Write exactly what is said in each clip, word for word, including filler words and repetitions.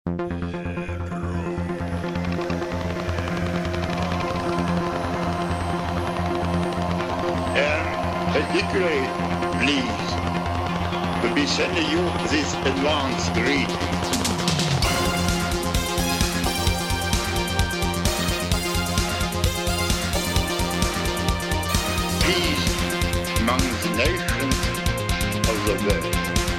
And particularly pleased to be sending you this advanced greeting. Peace among the nations of the world.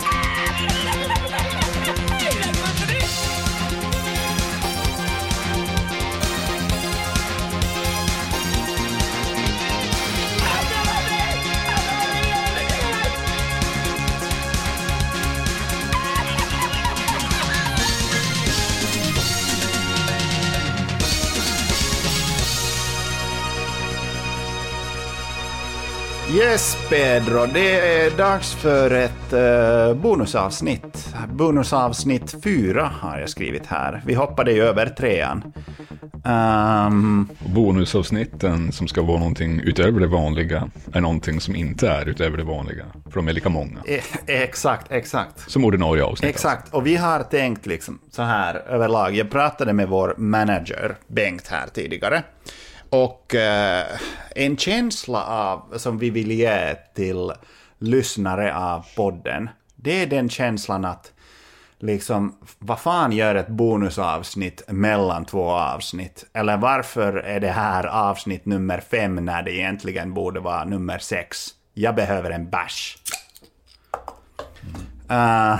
Yes, Pedro, det är dags för ett uh, bonusavsnitt. Bonusavsnitt fyra har jag skrivit här. Vi hoppade ju över trean. Um, Bonusavsnitten som ska vara någonting utöver det vanliga är någonting som inte är utöver det vanliga. För de är lika många. E- exakt, exakt. Som ordinarie avsnitt. Exakt, alltså. Och vi har tänkt liksom så här överlag. Jag pratade med vår manager, Bengt, här tidigare. Och eh, en känsla av, som vi vill ge till lyssnare av podden, det är den känslan att liksom, vad fan gör ett bonusavsnitt mellan två avsnitt? Eller varför är det här avsnitt nummer fem när det egentligen borde vara nummer sex? Jag behöver en bash. Uh,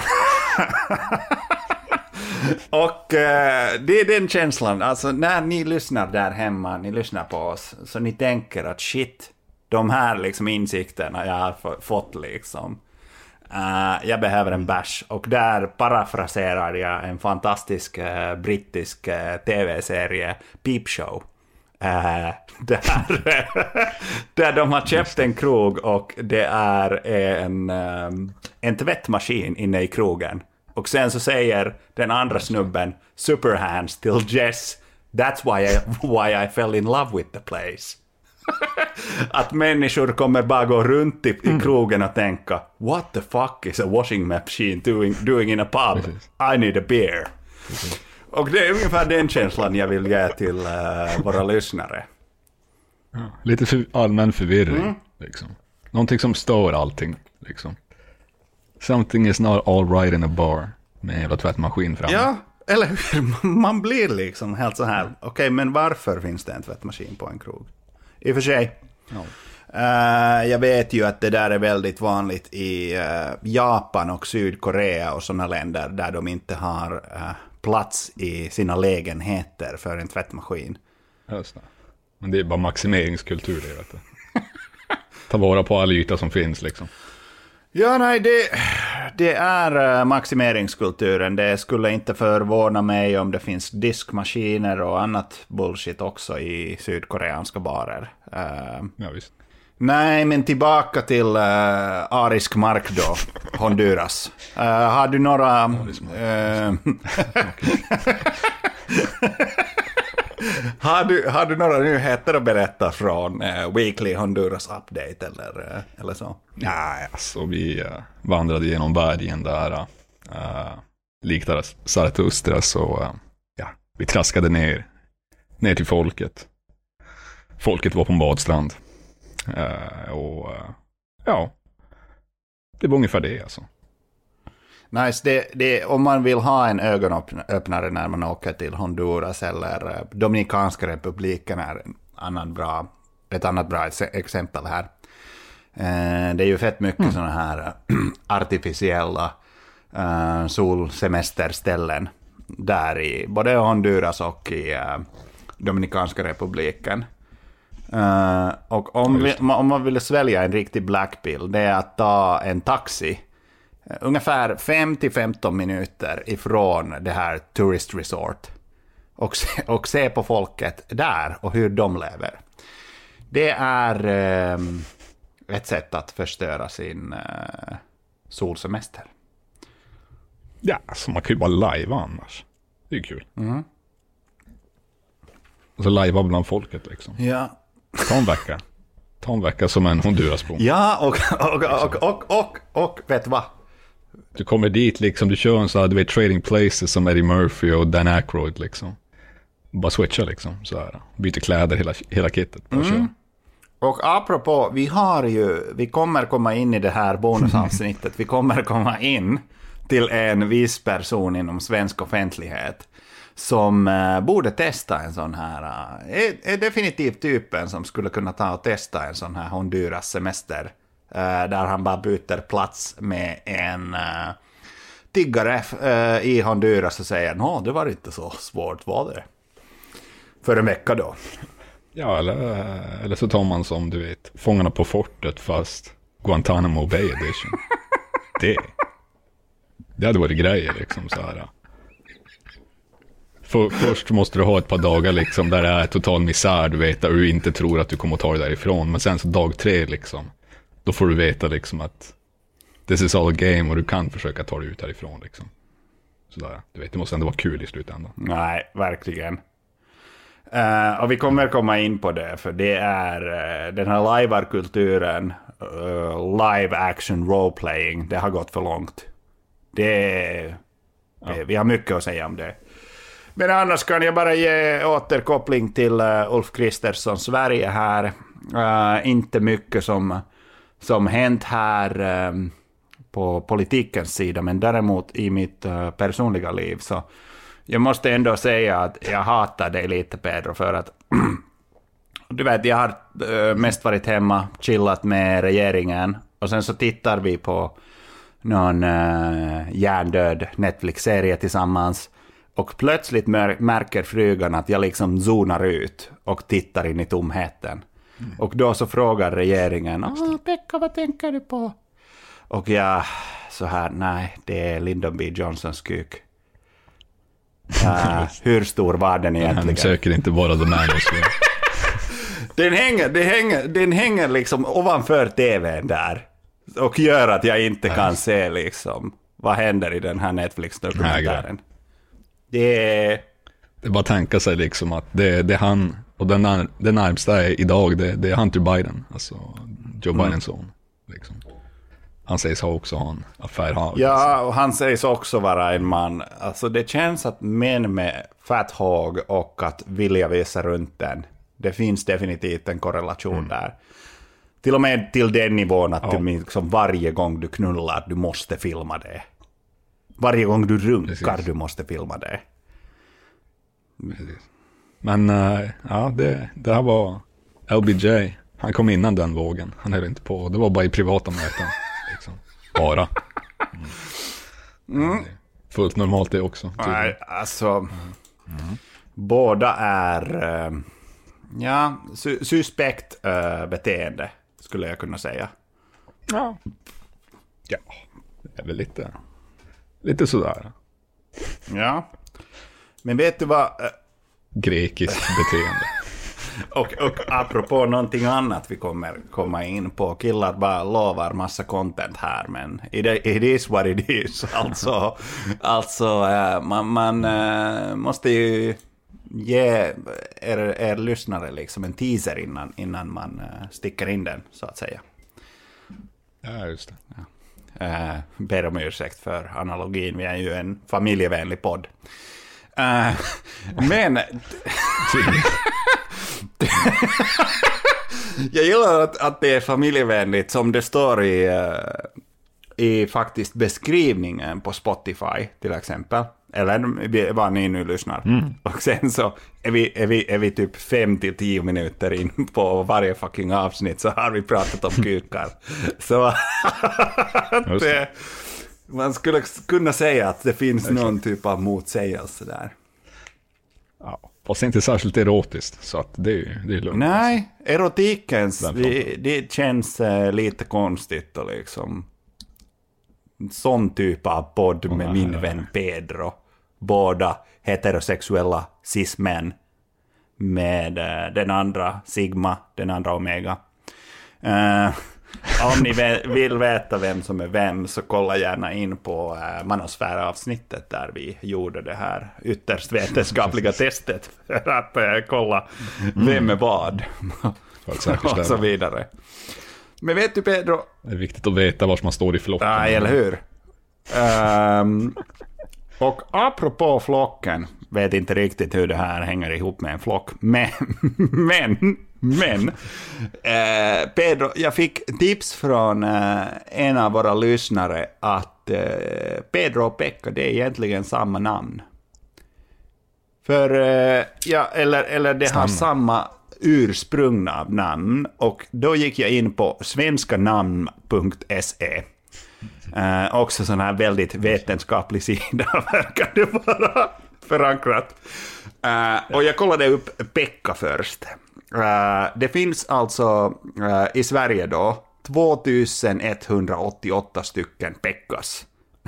och uh, det är den känslan, alltså när ni lyssnar där hemma, ni lyssnar på oss, så ni tänker att shit, de här liksom insikterna jag har f- fått liksom, uh, jag behöver en bash. Och där parafraserar jag en fantastisk uh, brittisk uh, tv-serie, Peep Show. Uh, där, där de har köpt en krog och det är en, um, en tvättmaskin inne i krogen. Och sen så säger den andra snubben, Superhands till Jess, that's why I, why I fell in love with the place. Att människor kommer bara gå runt i, i krogen och tänka, what the fuck is a washing machine doing, doing in a pub? Precis. I need a beer. Precis. Och det är ungefär den känslan jag vill ge till uh, våra lyssnare. Ja, lite för allmän förvirring. Mm. Liksom. Någonting som stör allting. Liksom. Something is not all right in a bar. Med en jävla tvättmaskin framme. Ja, eller hur? Man blir liksom helt så här. Okej, okay, men varför finns det en tvättmaskin på en krog? I och för sig. Ja. Uh, jag vet ju att det där är väldigt vanligt i uh, Japan och Sydkorea och sådana länder där de inte har uh, plats i sina lägenheter för en tvättmaskin. Just det. Men det är bara maximeringskultur det, vet du. Ta vara på all yta som finns liksom. Ja, nej, det, det är uh, maximeringskulturen. Det skulle inte förvåna mig om det finns diskmaskiner och annat bullshit också i sydkoreanska barer. Uh, ja, visst. Nej, men tillbaka till uh, arisk mark då, Honduras. Uh, har du några... Uh, har, du, har du några nyheter att berätta från uh, Weekly Honduras Update eller, uh, eller så? Nej, alltså vi uh, vandrade genom bergen där, uh, liknade Zarathustra, så uh, ja, vi traskade ner, ner till folket. Folket var på en badstrand. Uh, och uh, ja, det var ungefär det alltså. Nice, det, det, om man vill ha en ögonöppnare när man åker till Honduras eller uh, Dominikanska republiken är en annan bra, ett annat bra exempel här. Uh, det är ju fett mycket mm. sådana här uh, artificiella uh, solsemesterställen där i både Honduras och i uh, Dominikanska republiken. Uh, och om, vi, om man vill svälja en riktig black pill, det är att ta en taxi uh, ungefär fem till femton minuter ifrån det här tourist resort och se, och se på folket där och hur de lever. Det är uh, ett sätt att förstöra sin uh, solsemester. Ja, så man kan ju bara live annars. Det är ju kul. Mm. Alltså live bland folket liksom. Ja. Ta en vecka. Ta en vecka som en Hondurasbo. Ja, och, och, och, och, och, och vet du vad? Du kommer dit liksom, du kör en så här, du vet, Trading Places som Eddie Murphy och Dan Aykroyd liksom. Bara switcha liksom, så här. Byter kläder, hela, hela kittet. Bara mm. Och apropå, vi har ju, vi kommer komma in i det här bonusavsnittet, vi kommer komma in till en viss person inom svensk offentlighet som uh, borde testa en sån här, uh, är, är definitivt typen som skulle kunna ta och testa en sån här Honduras semester, uh, där han bara byter plats med en uh, tiggare uh, i Honduras och säger, nå, det var inte så svårt, var det? För en vecka då. Ja, eller, eller så tar man som, du vet, Fångarna på fortet fast Guantanamo Bay edition. Det, det hade varit grejer liksom så här. För, först måste du ha ett par dagar liksom där det är total misär, du vet, där du inte tror att du kommer att ta dig därifrån. Men sen så dag tre liksom, då får du veta liksom att this is all a game och du kan försöka ta dig ut därifrån liksom. Sådär, du vet, det måste ändå vara kul i slutändan. Nej, verkligen. Uh, och vi kommer komma in på det, för det är uh, den här live-kulturen, uh, live action role-playing, det har gått för långt. Det, det ja. Vi har mycket att säga om det. Men annars kan jag bara ge återkoppling till uh, Ulf Kristersson Sverige här. Uh, inte mycket som, som hänt här um, på politikens sida, men däremot i mitt uh, personliga liv så jag måste ändå säga att jag hatar dig lite, Pedro, för att du vet, jag har uh, mest varit hemma, chillat med regeringen och sen så tittar vi på någon uh, hjärndöd Netflix-serie tillsammans och plötsligt mär- märker frugan att jag liksom zonar ut och tittar in i tomheten. Mm. Och då så frågar regeringen, ah, Pekka, vad tänker du på? Och jag så här, nej, det är Lyndon B. Johnsons kuk. Uh, hur stor var den egentligen? Han söker inte bara The Man. den, hänger, den, hänger, den hänger liksom ovanför tvn där och gör att jag inte kan se liksom vad händer i den här Netflix-dokumentären. Det är... det är bara att tänka sig liksom att det, det är han och den, den närmsta är idag, det, det är Hunter Biden, alltså Joe mm. Bidens son liksom. Han sägs ha också ha en affär. Ha, ja, och han sägs också vara en man. Alltså det känns att män med fett håg och att vilja visa runt den. Det finns definitivt en korrelation mm. där. Till och med till den nivån att ja. du liksom varje gång du knullar, du måste filma det. Varje gång du runkar, precis. Du måste filma det. Precis. Men uh, ja, det, det här var L B J. Han kom innan den vågen. Han höll inte på. Det var bara i privata möten. Liksom. Bara. Mm. Mm. Fullt normalt det också. Tydligen. Nej, alltså. Mm. Mm. Båda är uh, ja, su- suspekt uh, beteende, skulle jag kunna säga. Ja. Ja, det är väl lite, lite sådär. Ja. Men vet du vad? Uh, Grekiskt beteende. Och, och apropå någonting annat vi kommer komma in på. Killar bara lovar massa content här, men it, it is what it is. Alltså, alltså äh, man, man äh, måste ju ge er, er lyssnare liksom en teaser innan, innan man äh, sticker in den, så att säga. Ja, just det. Ja. Äh, ber om ursäkt för analogin, vi är ju en familjevänlig podd. Äh, men... Jag gillar att, att det är familjevänligt, som det står i, uh, i faktiskt beskrivningen på Spotify till exempel. Eller vad ni nu lyssnar. Mm. Och sen så är vi, är, vi, är vi typ fem till tio minuter in på varje fucking avsnitt så har vi pratat om kukar. Så det, man skulle kunna säga att det finns någon typ av motsägelse där. Ja, fast inte särskilt erotiskt, så att det är, det är lugnt. Nej, erotikens, det, det känns uh, lite konstigt och liksom sån typ av podd med oh, min nej, vän Pedro. Båda heterosexuella cis-män med uh, den andra Sigma, den andra Omega. Uh, om ni vill veta vem som är vem så kolla gärna in på uh, Manosfär-avsnittet där vi gjorde det här ytterst vetenskapliga testet för att uh, kolla vem är vad och så vidare. Men vet du, Pedro, det är viktigt att veta var man står i flocken. Ja, eller hur? Um, och apropå flocken, vet inte riktigt hur det här hänger ihop med en flock, men, men, men eh, Pedro, jag fick tips från eh, en av våra lyssnare att eh, Pedro och Pekka, det är egentligen samma namn. För, eh, ja, eller, eller det Stanna. har samma ursprung av namn, och då gick jag in på svenskanamn punkt se. Uh, också sån här väldigt vetenskaplig sida verkar det vara förankrat. Uh, och jag kollade upp Pekka först. Uh, det finns alltså uh, i Sverige då tvåtusenetthundraåttioåtta stycken Pekkas.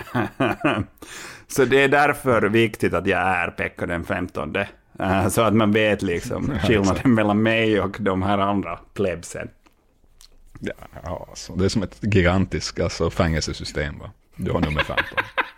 Så det är därför viktigt att jag är Pekka den femtonde. Uh, så att man vet liksom skillnaden mellan mig och de här andra plebsen. Ja, alltså, det är som ett gigantiskt alltså, fängelsesystem. Va? Du har nummer femton.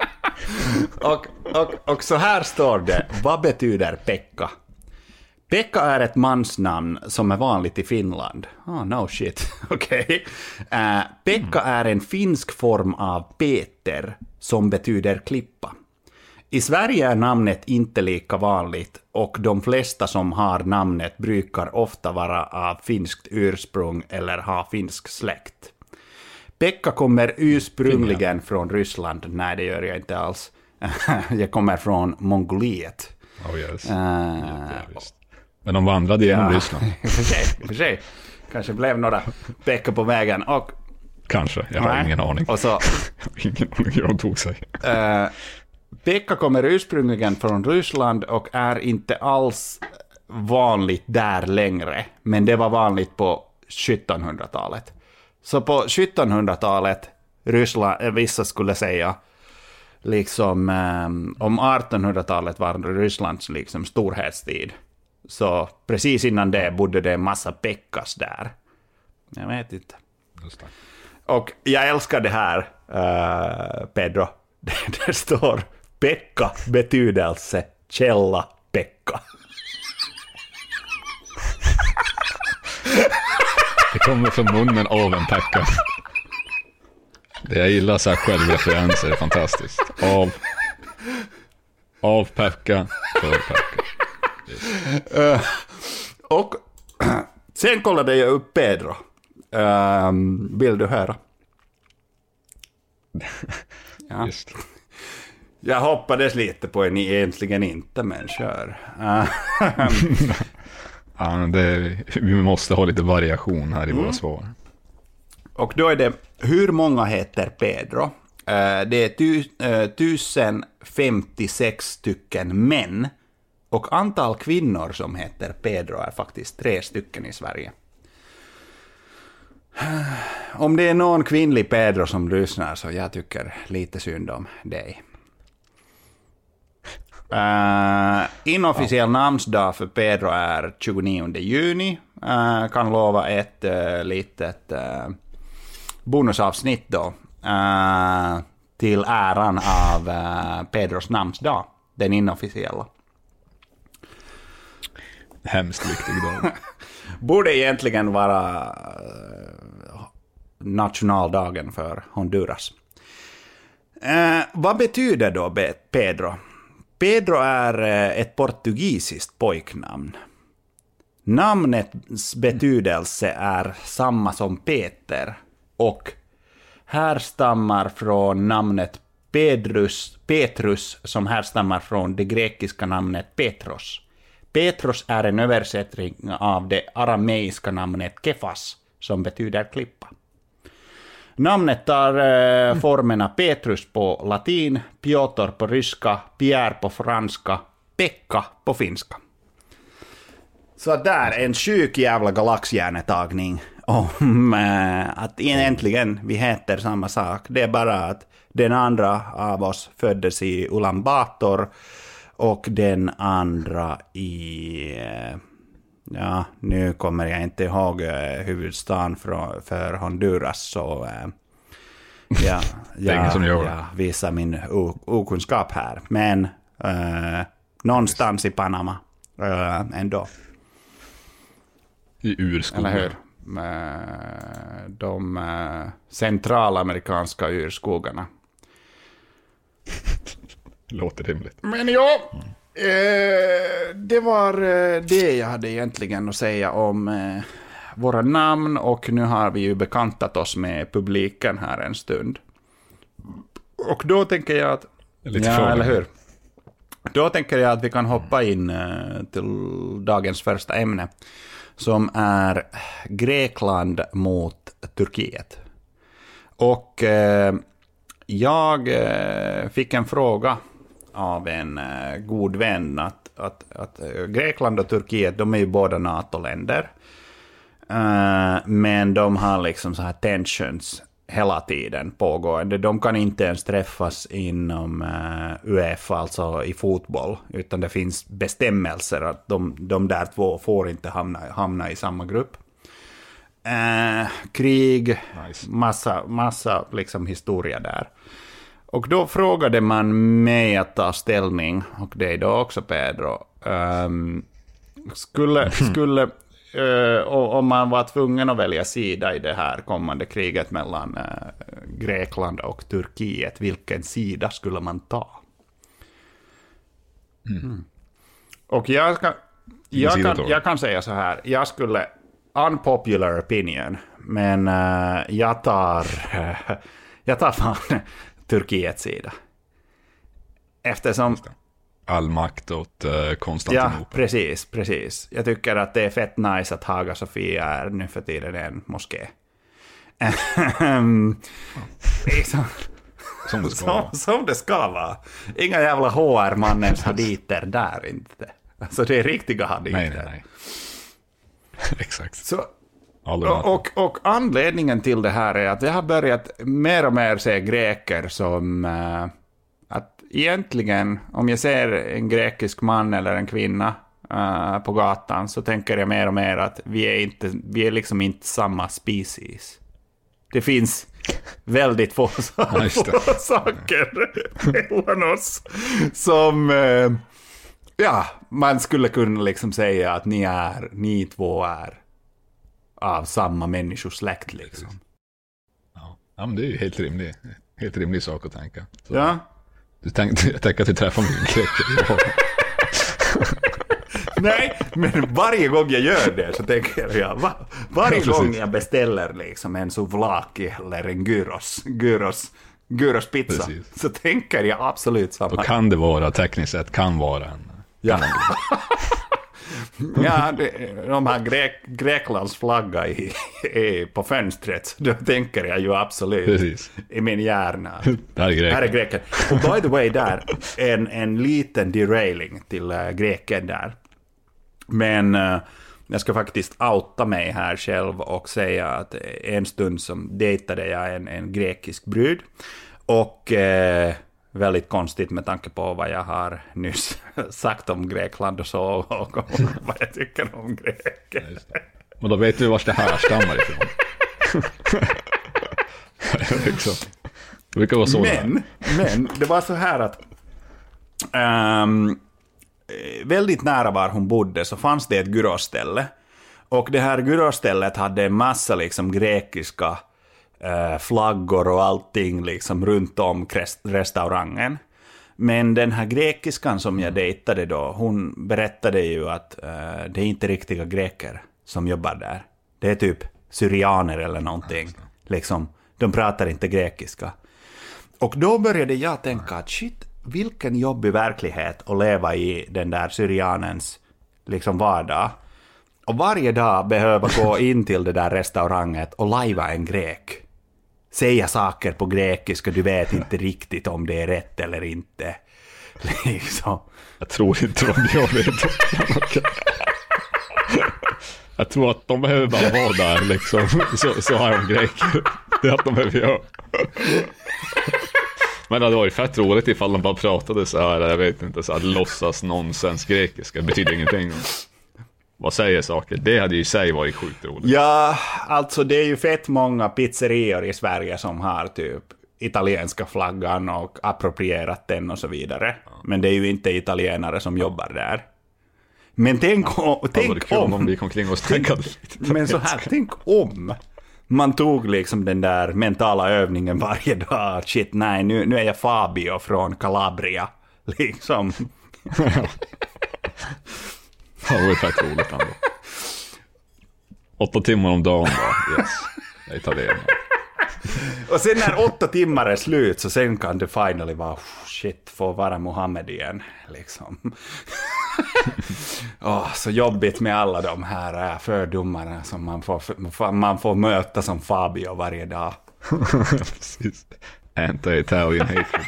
och, och, och så här står det. Vad betyder Pekka? Pekka är ett mansnamn som är vanligt i Finland. Oh, no shit. Okej. Okay. Uh, Pekka mm. är en finsk form av Peter som betyder klippa. I Sverige är namnet inte lika vanligt, och de flesta som har namnet brukar ofta vara av finskt ursprung eller ha finsk släkt. Pekka kommer ursprungligen från Ryssland. Nej, det gör jag inte alls. Jag kommer från Mongoliet. Oh yes. Uh, ja, Men de vandrade genom ja, Ryssland. för sig, för sig. Kanske blev några Pekka på vägen. Och, Kanske, jag har nej. ingen aning. Och så, ingen aning hur de tog sig. Uh, Pekka kommer ursprungligen från Ryssland och är inte alls vanligt där längre. Men det var vanligt på sjuttonhundratalet. Så på sjuttonhundratalet, Ryssland, vissa skulle säga, liksom um, om artonhundratalet var Rysslands liksom storhetstid. Så precis innan det bodde det en massa Pekkas där. Jag vet inte. Just det. Och jag älskar det här, uh, Pedro. Det, det står Pekka betydelse källa Pekka. Det kommer från munnen av en Pekka. Det jag gillar så här självreferenser, är fantastiskt. Av av Pekka för Pekka. Uh, och sen kollade jag upp Pedro. Uh, vill du höra? Ja. Just. Jag hoppades lite på en egentligen inte, men kör. Ja, det, vi måste ha lite variation här i mm. våra svar. Och då är det, hur många heter Pedro? Uh, det är tu, uh, tusen femtiosex stycken män. Och antal kvinnor som heter Pedro är faktiskt tre stycken i Sverige. Om det är någon kvinnlig Pedro som lyssnar, så jag tycker lite synd om dig. Uh, inofficiell ja. namnsdag för Pedro är tjugonionde juni. Uh, kan lova ett uh, litet uh, bonusavsnitt då. Uh, till äran av uh, Pedros namnsdag. Den inofficiella. Hemskt viktig dag. Borde egentligen vara uh, nationaldagen för Honduras. Uh, vad betyder då Pedro? Pedro är uh, ett portugisiskt pojknamn. Namnets betydelse är samma som Peter och härstammar från namnet Petrus, Petrus som härstammar från det grekiska namnet Petros. Petros är en översättning av det arameiska namnet Kefas som betyder klippa. Namnet tar eh, formerna Petrus på latin, Piotr på ryska, Pierre på franska, Pekka på finska. Så där är en sjuk jävla galaxhjärnetagning om äh, att egentligen vi heter samma sak. Det är bara att den andra av oss föddes i Ulan Bator och den andra i... Äh, ja, nu kommer jag inte ihåg äh, huvudstaden för, för Honduras, så... Äh, ja, jag, som gör. jag visar min o- okunskap här. Men äh, någonstans i Panama äh, ändå. I urskogen. Eller hur? De centralamerikanska urskogarna. Låter rimligt. Men ja, eh, det var eh, det jag hade egentligen att säga om eh, våra namn. Och nu har vi ju bekantat oss med publiken här en stund. Och då tänker jag att... Lite ja, fråga. eller hur? Då tänker jag att vi kan hoppa in eh, till dagens första ämne. Som är Grekland mot Turkiet. Och eh, jag eh, fick en fråga av en eh, god vän att, att, att Grekland och Turkiet, de är ju båda NATO-länder. Uh, men de har liksom så här tensions hela tiden pågående. De kan inte ens träffas inom uh, UEFA, alltså i fotboll, utan det finns bestämmelser att de, de där två får inte hamna, hamna i samma grupp. Uh, krig, Nice. massa, massa liksom historia där. Och då frågade man mig att ta ställning, och det är då också Pedro. Um, skulle... skulle Uh, och om man var tvungen att välja sida i det här kommande kriget mellan uh, Grekland och Turkiet, vilken sida skulle man ta? Mm. Mm. Och jag, ska, jag, kan, jag kan säga så här, jag skulle, unpopular opinion, men uh, jag tar uh, jag tar fan Turkiets sida. Eftersom all makt åt uh, Konstantinopel. Ja, precis, precis. Jag tycker att det är fett nice att Haga Sofia är nu för tiden en moské. liksom, som det ska som, vara. som det ska vara. Inga jävla H R-mannens haditer där inte. Alltså det är riktiga haditer. Nej, nej, nej. Exakt. Så, och, och, och anledningen till det här är att jag har börjat mer och mer se greker som... Uh, att egentligen, om jag ser en grekisk man eller en kvinna uh, på gatan, så tänker jag mer och mer att vi är, inte, vi är liksom inte samma species. Det finns väldigt få, få saker mellan oss som uh, ja, man skulle kunna liksom säga att ni är, ni två är av samma människosläkt liksom. Ja, ja men det är ju helt rimlig, helt rimlig sak att tänka. Så. Ja. Du tänkte, jag tänker att du träffar min greker. Nej, men varje gång jag gör det så tänker jag, va, varje ja, gång jag beställer liksom en souvlaki eller en gyros, gyros, gyros pizza, precis. Så tänker jag absolut samma. Då kan det vara, tekniskt sett kan vara en. Ja, ja det, de här Grek, Greklands flagga i, i, på fönstret, då tänker jag ju absolut precis. I min hjärna. Det här är greken. Här är greken. Och by the way, där, en, en liten derailing till uh, greken där. Men uh, jag ska faktiskt outa mig här själv och säga att en stund som dejtade jag en, en grekisk brud. Och... Uh, väldigt konstigt med tanke på vad jag har nyss sagt om Grekland och så, och vad jag tycker om greker. Och då vet du vart det här stammar ifrån. liksom. Det brukar vara så. Men, men det var så här att um, väldigt nära var hon bodde så fanns det ett gyroställe. Och det här gyrostället hade en massa liksom grekiska Uh, flaggor och allting liksom runt om restaurangen. Men den här grekiskan som jag dejtade då, hon berättade ju att uh, det är inte riktiga greker som jobbar där. Det är typ syrianer eller någonting. Liksom, de pratar inte grekiska. Och då började jag tänka att shit, vilken jobbig verklighet att leva i den där syrianens liksom vardag. Och varje dag behöva gå in till det där restauranget och lajva en grek. Säga saker på grekiska, du vet inte riktigt om det är rätt eller inte. Liksom. Jag tror inte de gör det. Jag tror att de behöver bara vara där liksom. Så, så har de greker. Det är att de behöver göra. Men det var ju fett roligt ifall de bara pratade så här, jag vet inte, så här låtsas nonsens grekiska. Det betyder ingenting. Vad säger saker? Det hade ju i sig varit sjukt roligt. Ja, alltså det är ju fett många pizzerior i Sverige som har typ italienska flaggan och approprierat den och så vidare. Ja. Men det är ju inte italienare som jobbar där. Men tänk om... Ja, tänk det om om vi kom kring oss tänk, men så här, tänk om man tog liksom den där mentala övningen varje dag. Shit, nej, nu, nu är jag Fabio från Calabria. Liksom. Ja, det var fett roligt ändå. Åtta timmar om dagen då, yes. Jag tar det. Och sen när åtta timmar är slut så sen kan du finally vara, shit, få vara Mohammed igen. Liksom. Oh, så jobbigt med alla de här fördomarna som man får, man får möta som Fabio varje dag. Precis. Anti-Italian hatred.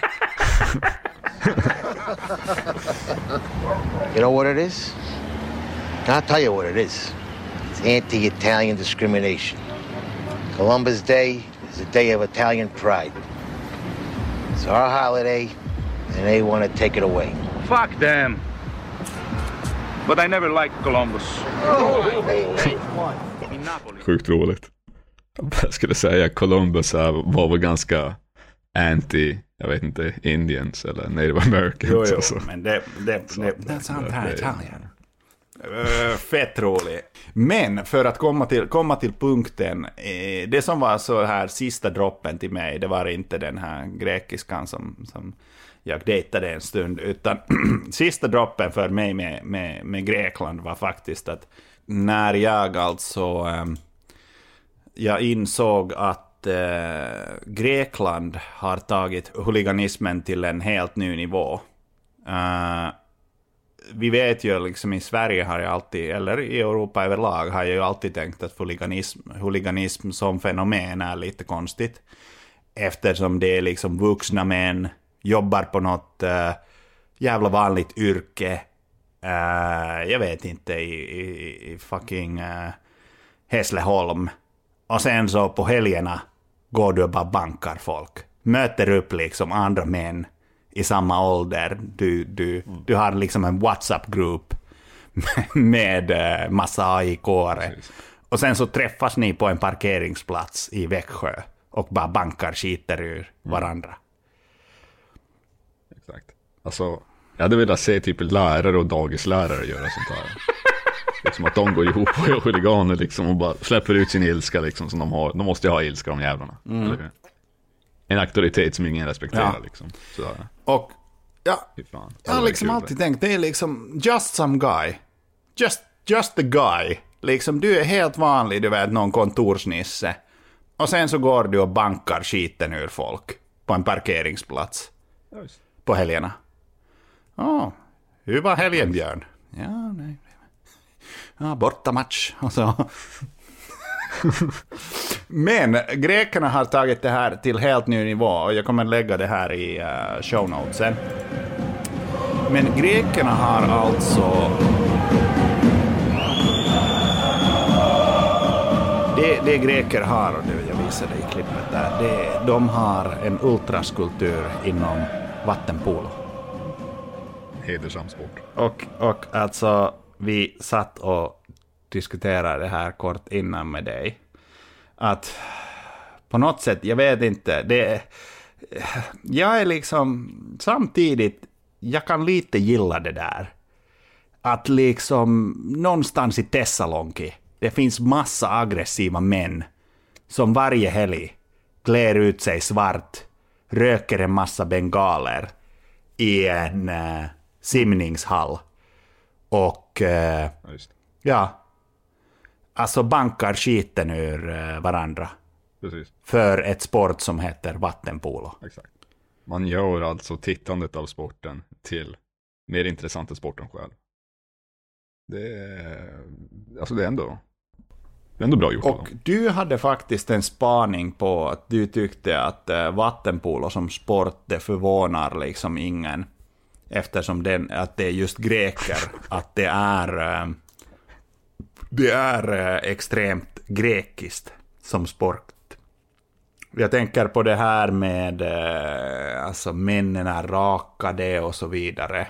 You know what it is? I'll tell you what it is. It's anti-Italian discrimination. Columbus Day is a day of Italian pride. It's our holiday, and they want to take it away. Fuck them. But I never liked Columbus. Sjukt roligt. Jag skulle säga Columbus var väl ganska anti, jag vet inte, Indians eller Native Americans. Jo, jo, alltså. men det, det, det, det är sant här i Italien. Uh, fett roligt. Men för att komma till, komma till punkten, eh, det som var så här sista droppen till mig, det var inte den här grekiskan som, som jag dejtade en stund, utan sista droppen för mig med, med, med Grekland var faktiskt att när jag alltså eh, jag insåg att eh, Grekland har tagit huliganismen till en helt ny nivå. Uh, vi vet ju liksom i Sverige har jag alltid, eller i Europa överlag har jag ju alltid tänkt att huliganism, huliganism som fenomen är lite konstigt. Eftersom det är liksom vuxna män, jobbar på något uh, jävla vanligt yrke. Uh, jag vet inte, i, i, i fucking uh, Hässleholm. Och sen så på helgerna går du och bara bankar folk. Möter upp liksom andra män i samma ålder. Du, du, mm. du har liksom en WhatsApp-grupp med uh, massa A I K-are. Och sen så träffas ni på en parkeringsplats i Växjö och bara bankar skiter ur varandra. Mm. Exakt. Alltså, jag hade velat se typ lärare och dagislärare göra sånt här. Liksom att de går ihop och är huliganer liksom och bara släpper ut sin ilska liksom som de har. De måste ju ha ilska, de jävlarna. Mm. Eller? En auktoritet som ingen respekterar ja. Liksom. Sådär. Och ja, fan, jag har liksom alltid tänkt, det är liksom just some guy. Just, just the guy. Liksom du är helt vanlig, du vet, någon kontorsnisse. Och sen så går du och bankar skiten ur folk på en parkeringsplats. Just. På helgerna. Ja, oh, hur var helgen, Björn? Ja, nej. Ja, bortamatch och så. Men grekerna har tagit det här till helt ny nivå och jag kommer lägga det här i uh, show notesen. Men grekerna har alltså det, det greker har, och det jag visade i klippet där, det, de har en ultraskulptur inom vattenpolo. Hedersam sport. Och, och alltså vi satt och diskuterade det här kort innan med dig. Att på något sätt, jag vet inte, det, jag är liksom samtidigt, jag kan lite gilla det där. Att liksom någonstans i Thessaloniki, det finns massa aggressiva män som varje helg klär ut sig svart, röker en massa bengaler i en uh, simningshall. Och uh, ja, alltså bankar skiten ur uh, varandra. Precis. För ett sport som heter vattenpolo. Exakt. Man gör alltså tittandet av sporten till mer intressant än sporten själv. Det är, alltså det är ändå, det är ändå bra gjort. Och du hade faktiskt en spaning på att du tyckte att uh, vattenpolo som sport, det förvånar liksom ingen. Eftersom den, att det är just greker, att det är uh, det är uh, extremt grekiskt som sport. Jag tänker på det här med uh, alltså männen är rakade och så vidare.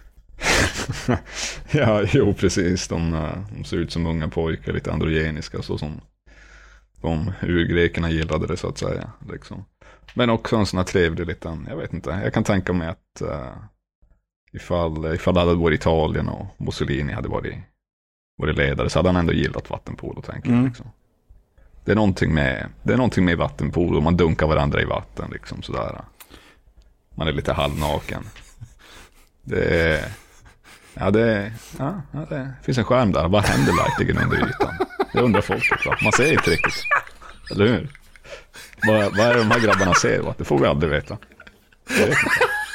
Ja, jo precis. De, de ser ut som unga pojkar, lite androgeniska, så som de urgrekerna gillade det, så att säga. Liksom. Men också en sån här trevlig liten, jag vet inte, jag kan tänka mig att uh, ifall, ifall det hade varit Italien och Mussolini hade varit, varit ledare, så hade han ändå gillat vattenpolo, tänker jag. Mm. Liksom. Det är någonting med, det är någonting med vattenpolo. Man dunkar varandra i vatten liksom sådär. Man är lite halvnaken. Det är... Ja, det, ja, ja, det finns en skärm där. Vad händer verkligen under ytan? Det undrar folk såklart. Man ser inte riktigt. Eller hur? Vad, vad är det de här grabbarna ser? Va? Det får vi aldrig veta. Jag vet inte.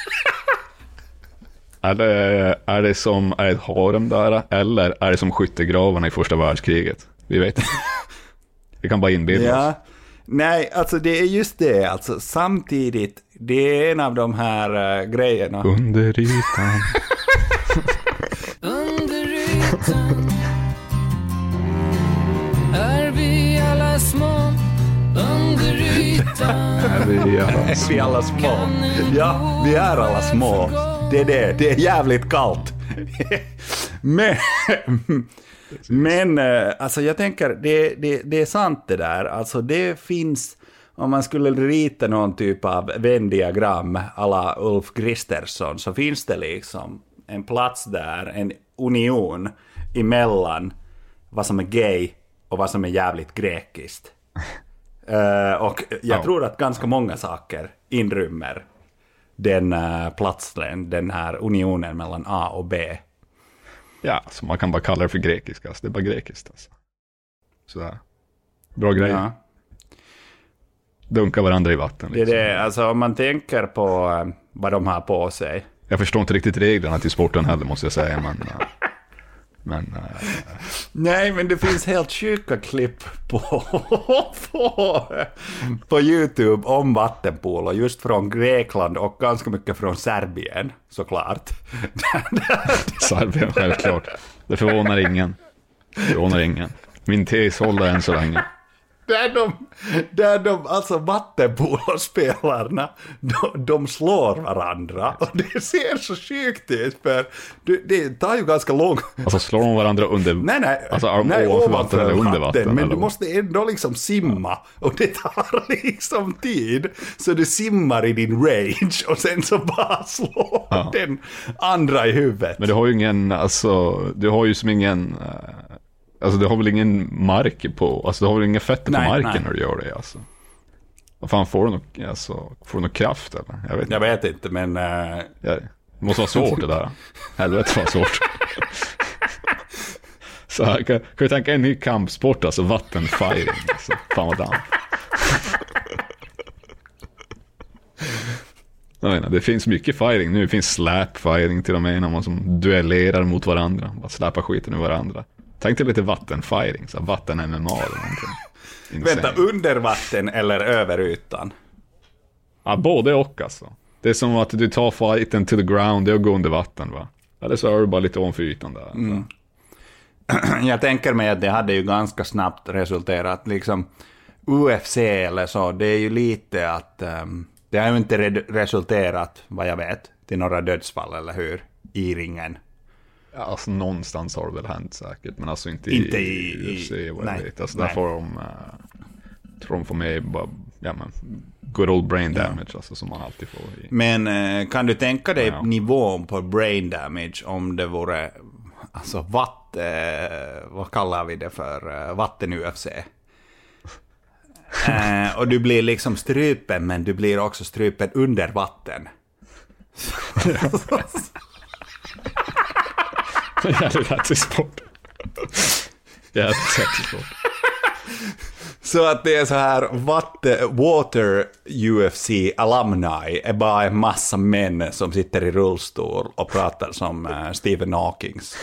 Är det, är det som är ett harem där? Eller är det som skyttegravarna i första världskriget? Vi vet inte. Vi kan bara inbilda Ja. oss. Nej, alltså det är just det. Alltså, samtidigt, det är en av de här uh, grejerna. Under ytan. Under ytan är vi alla små. Under ytan Är vi alla Är vi alla små? Ja, vi är alla små. Det är det. Det är jävligt kallt. Men, men uh, alltså jag tänker, det, det, det är sant det där. Alltså det finns... Om man skulle rita någon typ av Venn-diagram alla Ulf Kristersson, så finns det liksom en plats där, en union emellan vad som är gay och vad som är jävligt grekiskt. uh, och jag Ja. tror att ganska många saker inrymmer den uh, platsen, den här unionen mellan A och B. Ja, så man kan bara kalla det för grekiska. Alltså. Det är bara grekiskt alltså. Sådär. Bra grej. Ja. Dunka varandra i vatten. Det är Liksom. det, alltså om man tänker på uh, vad de har på sig. Jag förstår inte riktigt reglerna till sporten heller, måste jag säga. Men, uh, men uh, Nej, men det finns helt sjuka klipp på, på, på YouTube om vattenpolo, just från Grekland och ganska mycket från Serbien, såklart. Serbien, självklart. Det förvånar ingen. Det förvånar ingen. Min tes håller än så länge. Där de, där de, alltså vattenpolospelarna, de, de slår varandra. Och det ser så sjukt ut, för det, det tar ju ganska lång... Alltså slår de varandra under... Nej, nej, Alltså arm nej ovanför vatten eller under vatten? Men eller du vad? måste ändå liksom simma. Och det tar liksom tid. Så du simmar i din range och sen så bara slår Ja. den andra i huvudet. Men du har ju ingen, alltså, du har ju som ingen... Uh, alltså du har väl ingen mark på, alltså du har väl inga fötter på Nej, marken nej. när du gör det, alltså. Vad fan, får du något, alltså, får du något kraft eller? Jag vet inte. Jag vet inte, men... Uh, Ja, det måste vara svårt det där. Helvete vad svårt. Så här, kan, kan du tänka en ny kampsport, alltså vattenfiring. Alltså, fan vad damn. Jag menar, det finns mycket firing nu. Det finns slap-firing till och med, när man som duellerar mot varandra. Bara släpar skiten ur varandra. Tänk dig lite vattenfiring, så vatten-M M A eller någonting. Insane. vänta, under vatten eller över ytan? Ja, både och alltså. Det är som att du tar fighten to the ground och går under vatten, va? Eller så är du bara lite ovanför ytan där. Mm. Jag tänker mig att det hade ju ganska snabbt resulterat, liksom U F C eller så, det är ju lite att um, det har ju inte re- resulterat, vad jag vet, till några dödsfall, eller hur, i ringen. Ja, alltså någonstans har det väl hänt säkert, men alltså inte, Inte i, i- i U F C vad jag nej, vet. Alltså nej. där får de, uh, tror de får med bara, ja men, good old brain damage, alltså som man alltid får i. Men eh, kan du tänka dig Ja. nivån på brain damage om det vore, alltså vatt, eh, vad kallar vi det för, eh, vatten-U F C? Eh, och du blir liksom strypen, men du blir också strypen under vatten. Jävligt häftig sport. Jävligt häftig sport. Så att det är så här, vatten, water U F C alumni är bara en massa män som sitter i rullstol och pratar som eh, Stephen Hawkings.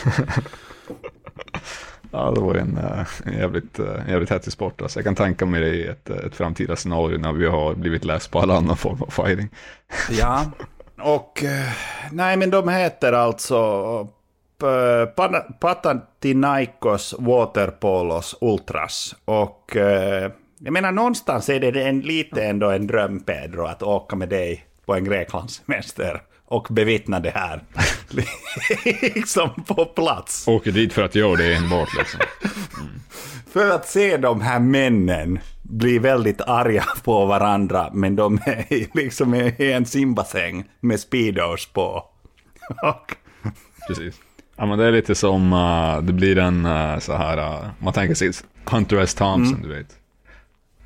Ja, det var en, uh, en jävligt, uh, jävligt häftig sport. Alltså, jag kan tänka mig det i ett, ett framtida scenario när vi har blivit läst på alla annan form av fighting. Ja, och eh, nej, men de heter alltså P- Panathinaikos Waterpolos Ultras, och eh, jag menar någonstans är det en, lite ändå en dröm, Pedro, att åka med dig på en Greklandssemester och bevittna det här liksom på plats. Åker dit för att göra det enbart liksom. För att se de här männen bli väldigt arga på varandra, men de är liksom i en simbassäng med speedos på. Och Precis. Ja, men det är lite som, uh, det blir en uh, så här, uh, man tänker sig Hunter S. Thompson, Mm. du vet.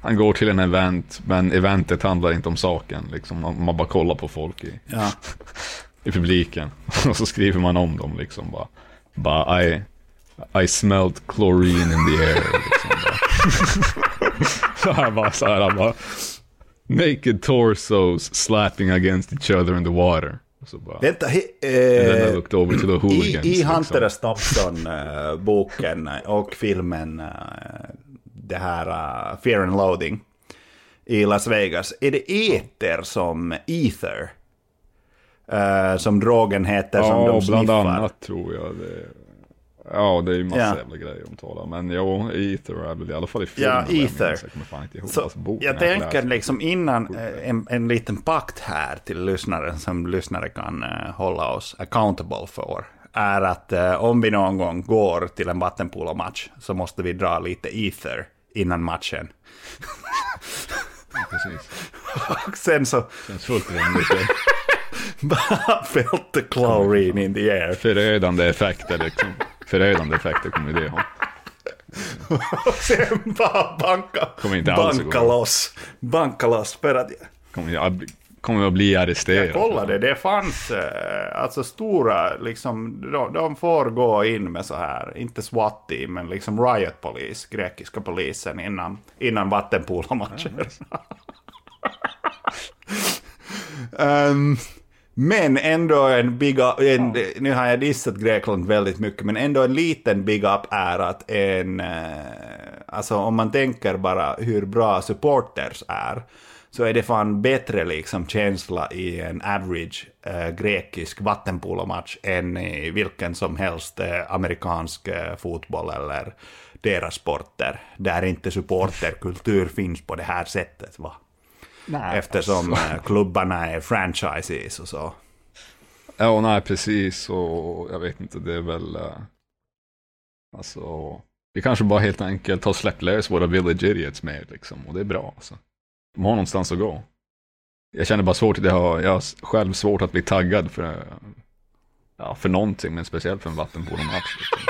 han går till en event, men eventet handlar inte om saken. Liksom. Man, man bara kollar på folk i, Ja. i publiken. Och så skriver man om dem liksom. Bara, bara I, I smelled chlorine in the air. Liksom, bara. så här bara, så här bara. Naked torsos slapping against each other in the water. Så bara, Vänta, he, and then I eh, looked over to the hooligans. I, i Hunter liksom. S. Thompson-boken och filmen eh, det här uh, Fear and Loathing i Las Vegas, är det eter som ether? Uh, som drogen heter, som Ja, de bland sniffar. annat tror jag det. Ja, det är ju massa Ja. jävla grejer de talar. Men jo, ether är väl i alla fall i filmen. Ja, vad jag ether. minns. Jag kommer fan inte ihåg. Så Alltså, boken jag har tänker läst. liksom innan eh, en, en liten pakt här till lyssnaren som lyssnare kan eh, hålla oss accountable för är att eh, om vi någon gång går till en vattenpolomatch så måste vi dra lite ether innan matchen. Precis. Och sen så Känns fullt rimligt. bara felt the chlorine in the air. Förödande effekter liksom. Förödande effekter kommer det ha. Och sen bara banka, Kommer inte alls att banka gå. loss. Banka loss för att Kommer jag kommer att bli arresterad. jag kollade, det fanns eh, alltså stora, liksom, de, de får gå in med så här, inte SWAT-team, men liksom riot police, grekiska polisen innan, innan vattenpolomatcher. um, men ändå en big up, en, nu har jag dissat Grekland väldigt mycket, men ändå en liten big up är att en, eh, alltså om man tänker bara hur bra supporters är, så är det fan bättre liksom känsla i en average eh, grekisk vattenpolomatch än i vilken som helst eh, amerikansk eh, fotboll eller deras sporter, där inte supporterkultur finns på det här sättet, va? Nej, Eftersom alltså. eh, klubbarna är franchises och så. Ja, nej, precis. Och jag vet inte, det är väl... Uh, alltså... Vi kanske bara helt enkelt har släppt lös våra village idiots med, liksom. Och det är bra, alltså. De har någonstans att gå. Jag känner bara svårt, det har, jag har själv svårt att bli taggad för, uh, ja, för någonting, men speciellt för en vattenpolomatch. Liksom.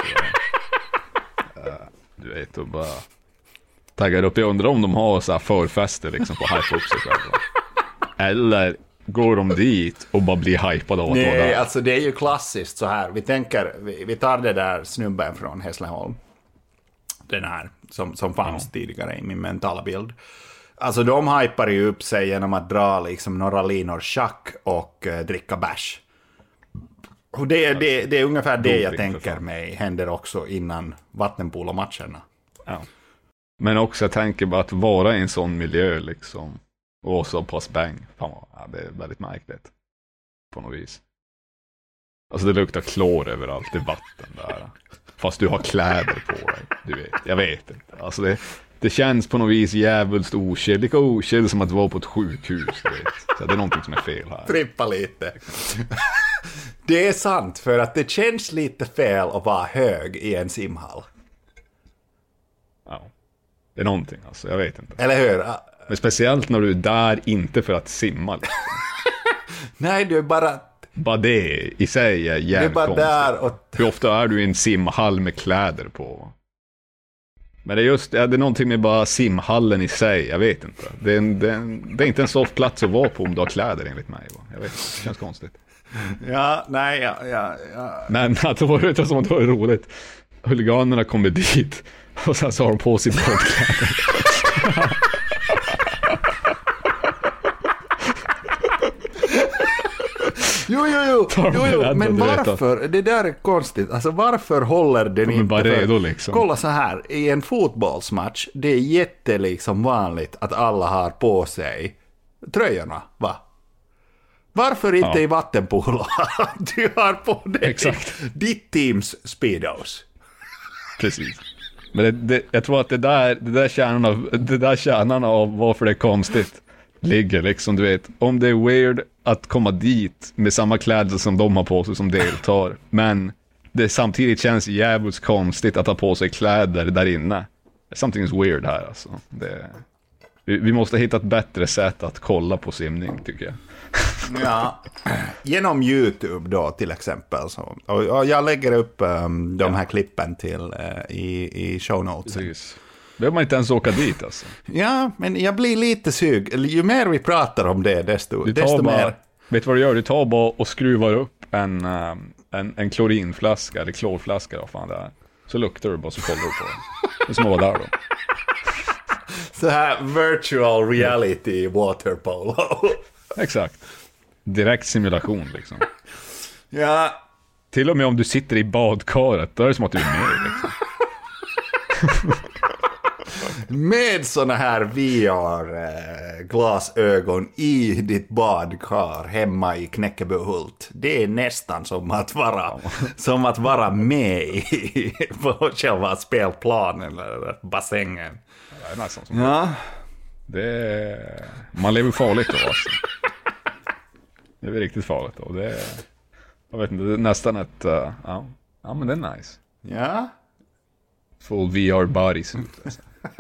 uh, du vet, och bara... Taggar upp. Jag undrar om de har så här förfester liksom, på att hypa upp sig själva. Eller går de dit och bara blir hypade av att vara Nej, där? alltså det är ju klassiskt så här. Vi tänker, vi, vi tar det där snubben från Hässleholm. Den här som, som fanns ja. tidigare i min mentala bild. Alltså de hypar ju upp sig genom att dra liksom några linor schack och uh, dricka bärs. Och det, alltså, det, det är ungefär det jag tänker mig händer också innan vattenpolomatcherna. Ja. Men också jag tänker bara att vara i en sån miljö liksom. Och så pass bang. Fan, ja, det är väldigt märkligt. På något vis. Alltså det luktar klor överallt i vatten där. Fast du har kläder på dig. Du vet. Jag vet inte. Alltså det, det känns på något vis jävligt okäll. Lika okäll som att vara på ett sjukhus. Du vet. Så det är någonting som är fel här. Trippa lite. Det är sant, för att det känns lite fel att vara hög i en simhall. Ja. Det är någonting alltså, jag vet inte. Eller hur? Men speciellt när du är där inte för att simma liksom. Nej, du är bara... Bara det i sig är jävligt du är bara konstigt. där och... Hur ofta är du i en simhall med kläder på? Men det är just, ja, det är någonting med bara simhallen i sig, jag vet inte. Det är, en, det är, en, det är inte en soft plats att vara på om du har kläder enligt mig. Va? Jag vet inte, det känns konstigt. Ja, nej, ja, ja, ja. Men att det var det som att det var roligt. Huliganerna kommer dit och sen så har de på sig badkläder. Jo, jo, jo, de jo, jo. rädda, men du vet varför? Det där är konstigt. Alltså varför håller den De är inte bara för... redo liksom. Kolla så här, i en fotbollsmatch, det är jätte liksom vanligt att alla har på sig tröjorna, va? Varför inte Ja. i vattenpolo? Du har på dig Exakt. ditt teams speedos. Precis. Men det, det, jag tror att det där, det där kärnan av, det där kärnan av varför det är konstigt ligger liksom, du vet, om det är weird att komma dit med samma kläder som de har på sig som deltar, men det samtidigt känns jävligt konstigt att ha på sig kläder där inne. Something is weird här alltså. Det, vi, vi måste hitta ett bättre sätt att kolla på simning, tycker jag. Ja, genom YouTube då till exempel. Så. Och, och jag lägger upp um, de här klippen till uh, i, i show notes. Precis. Behöver man inte ens åka dit alltså. Ja, men jag blir lite sug. Ju mer vi pratar om det, desto, Du tar desto bara, mer. vet du vad du gör? Du tar bara och skruvar upp en, um, en, en klorinflaska eller klorflaska, vad fan det är. Så luktar du bara, så kollar du på den. Det är som att vara där då. Så här virtual reality waterpolo. Exakt. Direkt simulation liksom. Ja, Till och med om du sitter i badkaret, då är det som att du är med liksom. med såna här V R-glasögon i ditt badkar hemma i Knäckebyhult. Det är nästan som att vara, som att vara med i på själva spelplanen eller bassängen. Det är nästan som Ja, det är, man lever farligt då alltså. Det är riktigt farligt då. Det är, jag vet inte, det är nästan ett uh, ja, ja men det är nice. ja. Full V R bodysuit alltså.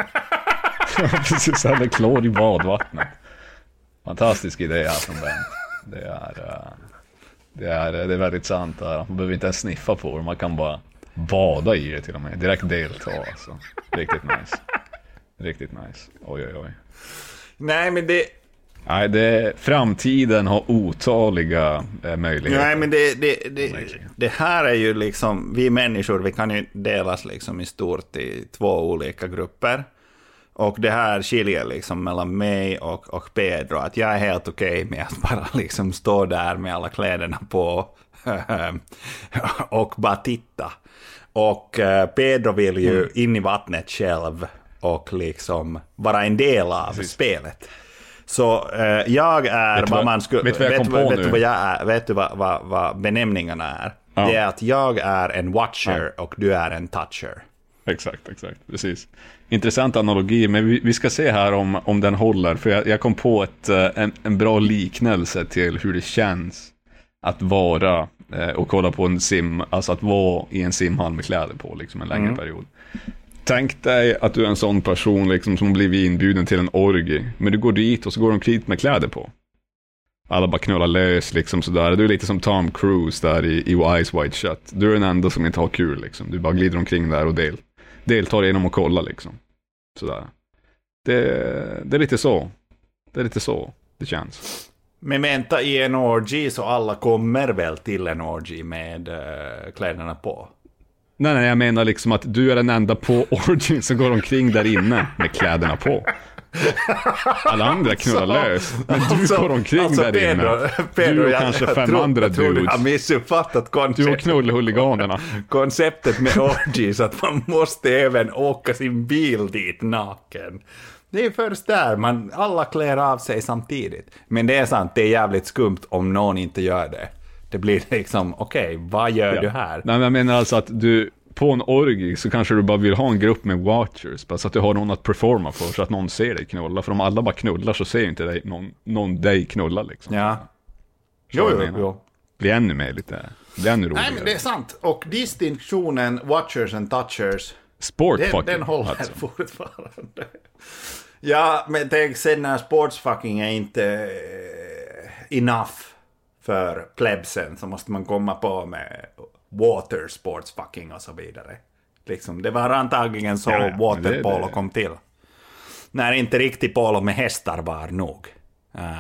Precis, så här med klor i badvattnet. Fantastisk idé här från Bent. Det är, uh, det är, det är väldigt sant. Uh, man behöver inte ens sniffa på det. Man kan bara bada i det till och med. Direkt delta alltså. Riktigt nice. Riktigt nice. Oj, oj, oj. Nej, men det... Nej, det, framtiden har otaliga eh, möjligheter. Nej, men det, det, det, det här är ju liksom, vi människor, vi kan ju delas liksom i stort i två olika grupper. Och det här skiljer liksom mellan mig och, och Pedro, att jag är helt okej med att bara liksom stå där med alla kläderna på och bara titta. Och Pedro vill ju mm. in i vattnet själv och liksom vara en del av Precis. spelet. Så eh, jag är vet vad vad, man skulle vet, vad, vet, vet, vet du vad jag är? Vet du vad, vad, vad benämningarna är? Ja. Det är att jag är en watcher ja. och du är en toucher. Exakt, exakt, precis. Intressant analogi, men vi, vi ska se här om, om den håller. För jag, jag kom på ett, en, en bra liknelse till hur det känns att vara eh, och kolla på en sim, alltså att vara i en simhall med kläder på liksom en längre mm. period. Tänk dig att du är en sån person liksom, som blivit inbjuden till en orgie. Men du går dit och så går de krit med kläder på. Alla bara knullar lös liksom sådär. Du är lite som Tom Cruise där i, i Eyes Wide Shut. Du är den enda som inte har kul liksom. Du bara glider omkring där och del, deltar genom att kolla liksom. Sådär. Det, det är lite så. Det är lite så det känns. Men vänta, i en orgie så alla kommer väl till en orgie med uh, kläderna på? Nej, nej, jag menar liksom att du är den enda på origin som går omkring där inne med kläderna på. Alla andra knullar lös. Men du alltså, går omkring alltså, där Pedro, inne. Pedro, du och jag, kanske jag, fem jag andra jag tror, dudes. Jag tror du har missuppfattat konceptet. Du och knullhuliganerna. Konceptet med orgies, att man måste även åka sin bil dit naken. Det är först där man alla klär av sig samtidigt. Men det är sant, det är jävligt skumt om någon inte gör det. Det blir liksom, okej, okay, vad gör ja. du här? Nej, men jag menar alltså att du, på en orgie så kanske du bara vill ha en grupp med watchers. Bara så att du har någon att performa för, så att någon ser dig knulla. För om alla bara knullar så ser ju inte dig, någon, någon dig knulla liksom. Ja. Jo, jo, jo. Blir ännu mer lite, blir ännu roligare. Nej, men det är sant. Och distinktionen watchers and touchers, sportfucking. Den, den håller alltså. fortfarande. Ja, men tänk sen när sportsfucking är inte enough för plebsen, så måste man komma på med water sports fucking och så vidare. Liksom, det var antagligen så ja, waterpolo kom till. När inte riktigt polo med hästar var nog. Uh.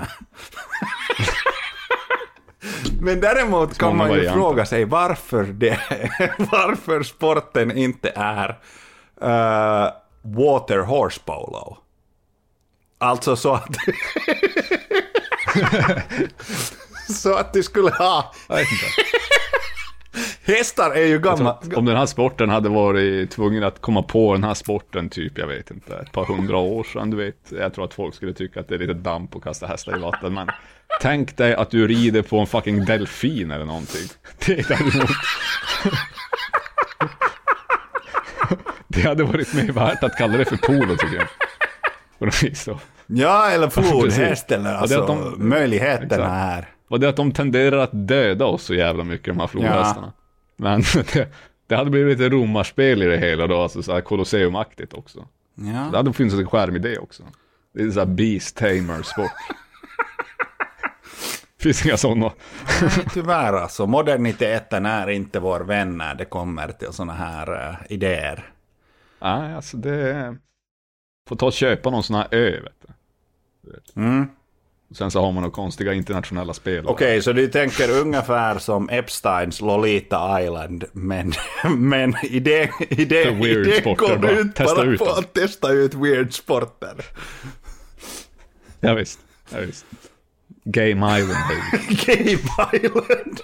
Men däremot kan man ju varianter. fråga sig varför, det, varför sporten inte är uh, water horse polo. Alltså så att så att du skulle ha hästar är ju gamla. Om den här sporten hade varit tvungen att komma på den här sporten typ, jag vet inte, ett par hundra år sedan, du vet, jag tror att folk skulle tycka att det är lite damp och kasta hästar i vatten, men tänk dig att du rider på en fucking delfin eller någonting. Det är däremot det hade varit mer värt att kalla det för polo, tycker jag. Och de så. Ja, eller flodhäst eller alltså de, möjligheterna exakt. Här. Och det är att de tenderar att döda oss så jävla mycket, de här flodhästarna. Ja. Men det, det hade blivit lite romarspel i det hela då, alltså så här Colosseum-aktigt också. Ja. Det hade funnits en skärm i det också. Det är så här beast tamer sport. Finns inga sådana. Nej, tyvärr alltså. Moderniteten är inte vår vän när det kommer till såna här uh, idéer. Nej, alltså det Får ta och köpa någon sån här ö, vet du. Vet. Mm. Sen så har man några konstiga internationella spel. Okej, okay, så du tänker ungefär som Epsteins Lolita Island, men, men idén, idén, idén går bara. ut testa bara ut på att testa ut weird sporter. Ja visst, ja visst. Game Island, baby. Game Island.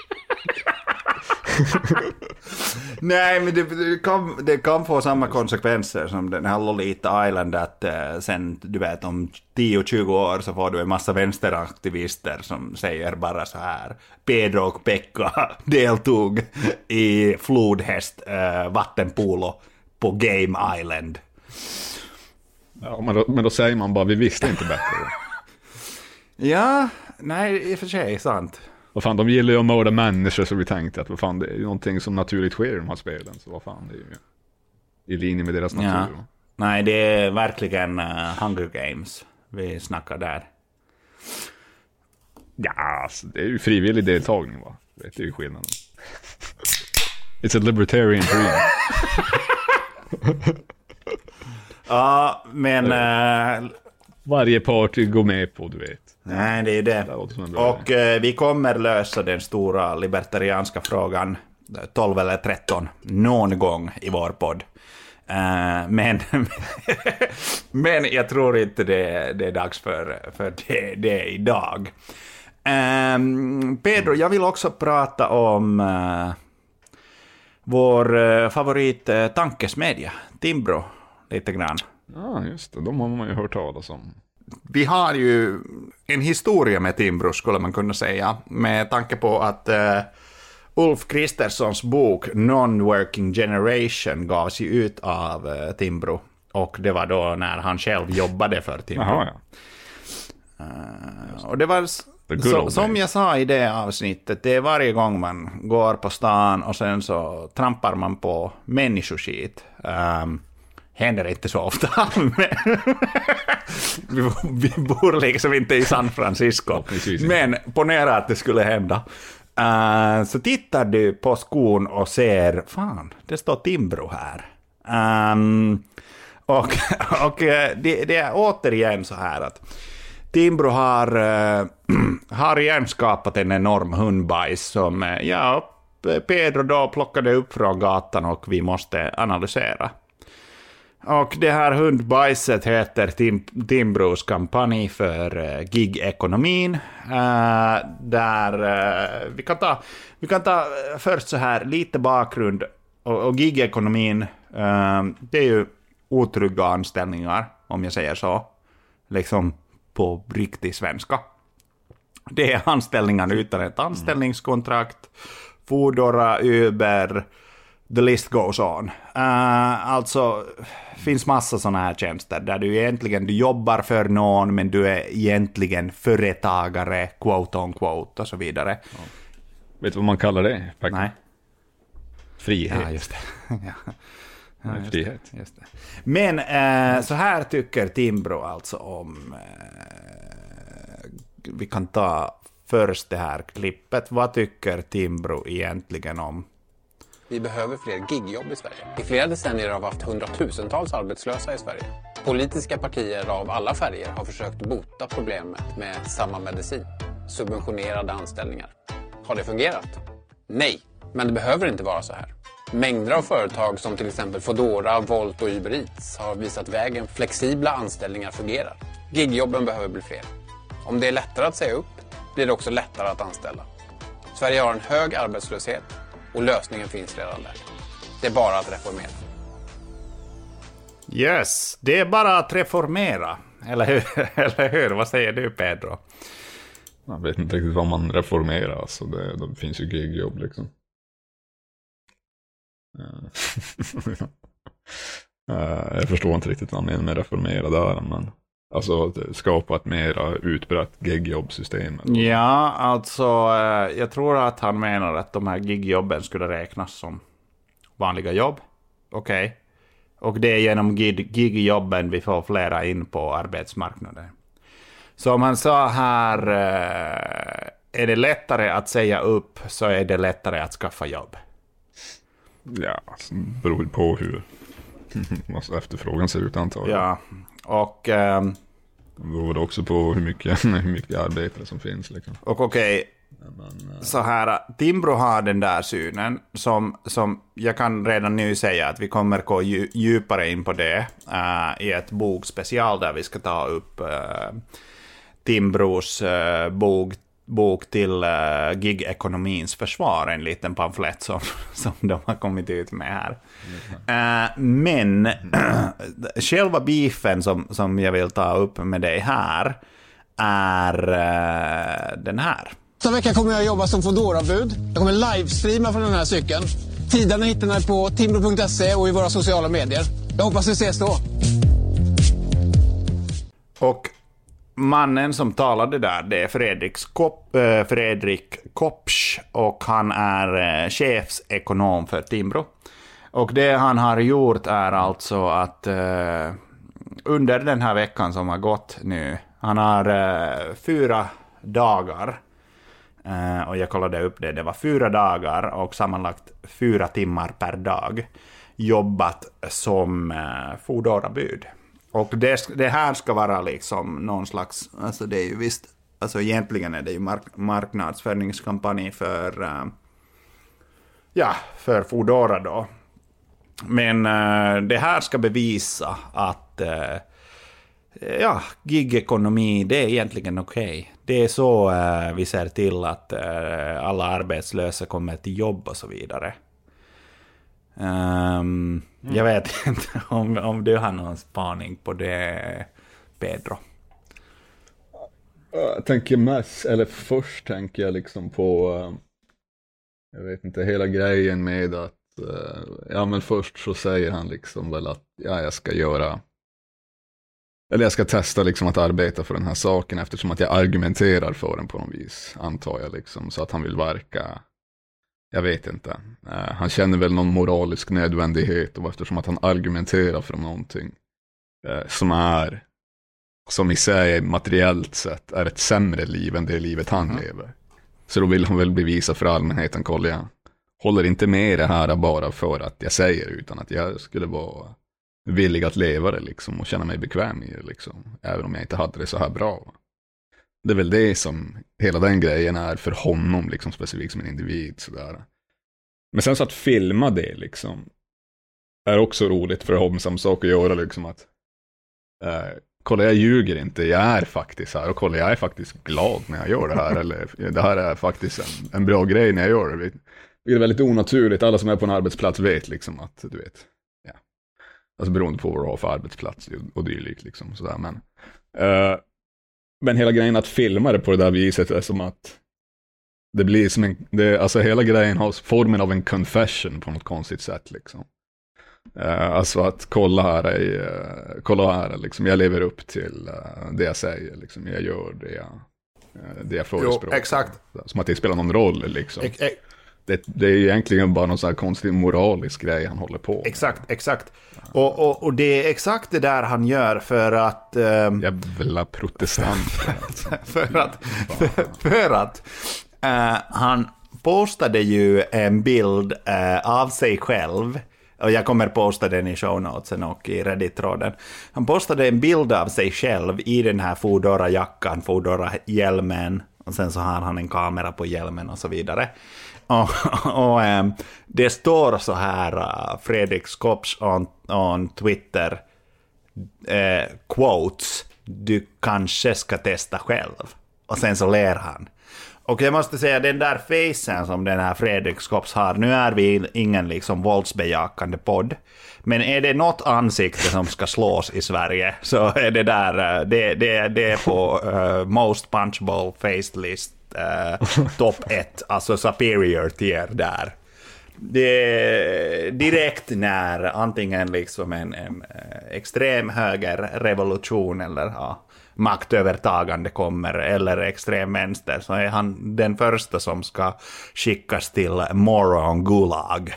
Nej, men det, det, kan, det kan få samma konsekvenser som den här Lolita Island, att eh, sen, du vet, om tio tjugo år så får du en massa vänsteraktivister som säger bara så här: Pedro och Pekka deltog i flodhäst eh, vattenpolo på Game Island. Ja, men då, men då säger man bara, vi visste inte bättre. Ja, nej, i och för sig, sant. Vad fan, de gillar ju att mörda människor, så vi tänkte att vad fan, det är ju någonting som naturligt sker i de här spelen. Så vad fan, det är ju i linje med deras natur. Ja. Nej, det är verkligen uh, Hunger Games vi snackar där. Ja, alltså, det är ju frivillig deltagning, va? Det är ju skillnaden. It's a libertarian dream. Ja, men... Uh, varje party går med på, du vet. Nej, det är det. det och eh, vi kommer lösa den stora libertarianska frågan tolv eller tretton någon gång i vår podd. Uh, men men jag tror inte det, det är dags för, för det, det idag. Um, Pedro, jag vill också prata om uh, vår uh, favorit uh, tankesmedja, Timbro, lite grann. Ja, just det. De har man ju hört talas om. Vi har ju en historia med Timbro, skulle man kunna säga, med tanke på att uh, Ulf Kristerssons bok Non-Working Generation gavs ju ut av uh, Timbro, och det var då när han själv jobbade för Timbro. Jaha, ja. Uh, och det var så, som jag sa i det avsnittet, det är varje gång man går på stan och sen så trampar man på människoskit. Um, händer inte så ofta. vi, vi bor liksom inte i San Francisco. Men ponera att det skulle hända. Uh, så tittar du på skon och ser, fan, det står Timbro här. Um, och och det, det är återigen så här att Timbro har, uh, har igen skapat en enorm hundbajs som uh, ja, Pedro då plockade upp från gatan och vi måste analysera. Och det här hundbajset heter Tim- Timbros kampanj för uh, gig-ekonomin. Uh, där uh, vi kan ta, vi kan ta uh, först så här lite bakgrund. Och, och gig-ekonomin, uh, det är ju otrygga anställningar, om jag säger så. Liksom på riktig svenska. Det är anställningar utan ett anställningskontrakt. Foodora, Uber, the list goes on. Uh, alltså, finns massa sådana här tjänster där du egentligen du jobbar för någon, men du är egentligen företagare, quote on quote och så vidare. Ja. Vet du vad man kallar det? Nej. Frihet. Ja, just det. ja. Ja, just frihet. Det, just det. Men uh, så här tycker Timbro alltså om... Uh, vi kan ta först det här klippet. Vad tycker Timbro egentligen om? Vi behöver fler gigjobb i Sverige. I flera decennier har vi haft hundratusentals arbetslösa i Sverige. Politiska partier av alla färger har försökt bota problemet med samma medicin. Subventionerade anställningar. Har det fungerat? Nej, men det behöver inte vara så här. Mängder av företag som till exempel Foodora, Volt och Uber Eats har visat vägen flexibla anställningar fungerar. Gigjobben behöver bli fler. Om det är lättare att säga upp blir det också lättare att anställa. Sverige har en hög arbetslöshet och lösningen finns redan där. Det är bara att reformera. Yes, det är bara att reformera. Eller hur? Eller hur? Vad säger du, Pedro? Jag vet inte riktigt vad man reformerar. Alltså det, det finns ju gigjobb liksom. Jag förstår inte riktigt vad man menar med reformera där, men alltså att skapa ett mer utbrett gigjobbsystem. Ja, alltså jag tror att han menar att de här gigjobben skulle räknas som vanliga jobb. Okej. Okay. Och det är genom gig- gigjobben vi får flera in på arbetsmarknaden. Så om han sa här, är det lättare att säga upp så är det lättare att skaffa jobb. Ja, alltså, beror på hur Alltså efterfrågan ser ut antagligen. Ja, och... Um, det beror också på hur mycket, hur mycket arbetare som finns. Liksom. Och okej, okay, så här, Timbro har den där synen som, som jag kan redan nu säga att vi kommer gå dju, djupare in på det uh, i ett bokspecial där vi ska ta upp uh, Timbros uh, bok, bok till uh, gig-ekonomins försvar, en liten pamflett som, som de har kommit ut med här. Mm. Uh, men själva beefen som, som jag vill ta upp med dig här är uh, den här. Nästa vecka kommer jag jobba som Foodora-bud. Jag kommer livestreama från den här cykeln. Tiderna hittar ni på timbro punkt se och i våra sociala medier. Jag hoppas vi ses då. Och mannen som talade där, det är Fredrik, Kopp, äh, Fredrik Kopsch, och han är äh, chefsekonom för Timbro. Och det han har gjort är alltså att äh, under den här veckan som har gått nu, han har äh, fyra dagar, äh, och jag kollade upp det, det var fyra dagar och sammanlagt fyra timmar per dag jobbat som äh, Foodora-bud. Och det, det här ska vara liksom någon slags, alltså det är ju visst, alltså egentligen är det ju mark, marknadsföringskampanj för, uh, ja, för Foodora då. Men uh, det här ska bevisa att, uh, ja, gigekonomi, det är egentligen okej. Okay. Det är så uh, vi ser till att uh, alla arbetslösa kommer till jobb och så vidare. Um, mm. Jag vet inte om, om du har någon spaning på det, Pedro. Jag tänker mest, eller först tänker jag liksom på, jag vet inte, hela grejen med att, ja men först så säger han liksom väl att ja, jag ska göra, eller jag ska testa liksom att arbeta för den här saken eftersom att jag argumenterar för den på något vis, antar jag liksom, så att han vill verka. Jag vet inte. Uh, han känner väl någon moralisk nödvändighet och eftersom att han argumenterar för någonting uh, som är, som i sig materiellt sett är ett sämre liv än det livet han mm. lever. Så då vill han väl bevisa för allmänheten, kolla, jag håller inte med det här bara för att jag säger, utan att jag skulle vara villig att leva det liksom och känna mig bekväm i det liksom, även om jag inte hade det så här bra. Det är väl det som hela den grejen är för honom liksom, specifikt som en individ sådär. Men sen så att filma det liksom är också roligt för honom, som sak att göra liksom, att eh, kolla, jag ljuger inte, jag är faktiskt här, och kolla, jag är faktiskt glad när jag gör det här, eller det här är faktiskt en, en bra grej när jag gör det. Det är väldigt onaturligt, alla som är på en arbetsplats vet liksom att, du vet, ja, alltså beroende på vad du har för arbetsplats och dylikt liksom sådär, men eh, Men hela grejen att filma det på det där viset är som att det blir som en, det, alltså hela grejen har formen av en confession på något konstigt sätt liksom. Uh, alltså att kolla här, är, uh, kolla här liksom, jag lever upp till uh, det jag säger liksom, jag gör det jag, uh, det jag förespråkar. Exakt. Som att det spelar någon roll liksom. E- e- det, det är egentligen bara någon sån här konstig moralisk grej han håller på med. Exakt, exakt. Och, och, och det är exakt det där han gör för att... Um, Jävla protestant. för att, för, för att uh, han postade ju en bild uh, av sig själv, och jag kommer posta den i show notesen och i Reddit-tråden. Han postade en bild av sig själv i den här Foodora-jackan, Foodora-hjälmen, och sen så har han en kamera på hjälmen och så vidare. Och, och um, det står så här, uh, Fredrik Skops on, on Twitter, uh, quotes, du kanske ska testa själv. Och sen så ler han. Och jag måste säga, den där facen som den här Fredrik Skops har, nu är vi ingen liksom våldsbejakande podd, men är det något ansikte som ska slås i Sverige, så är det där, det, det, det är på uh, most punchable face list. Uh, topp ett, alltså superior tier där. Det är direkt när antingen liksom en, en extrem höger revolution eller ja, maktövertagande kommer, eller extrem vänster, så är han den första som ska skickas till moron gulag.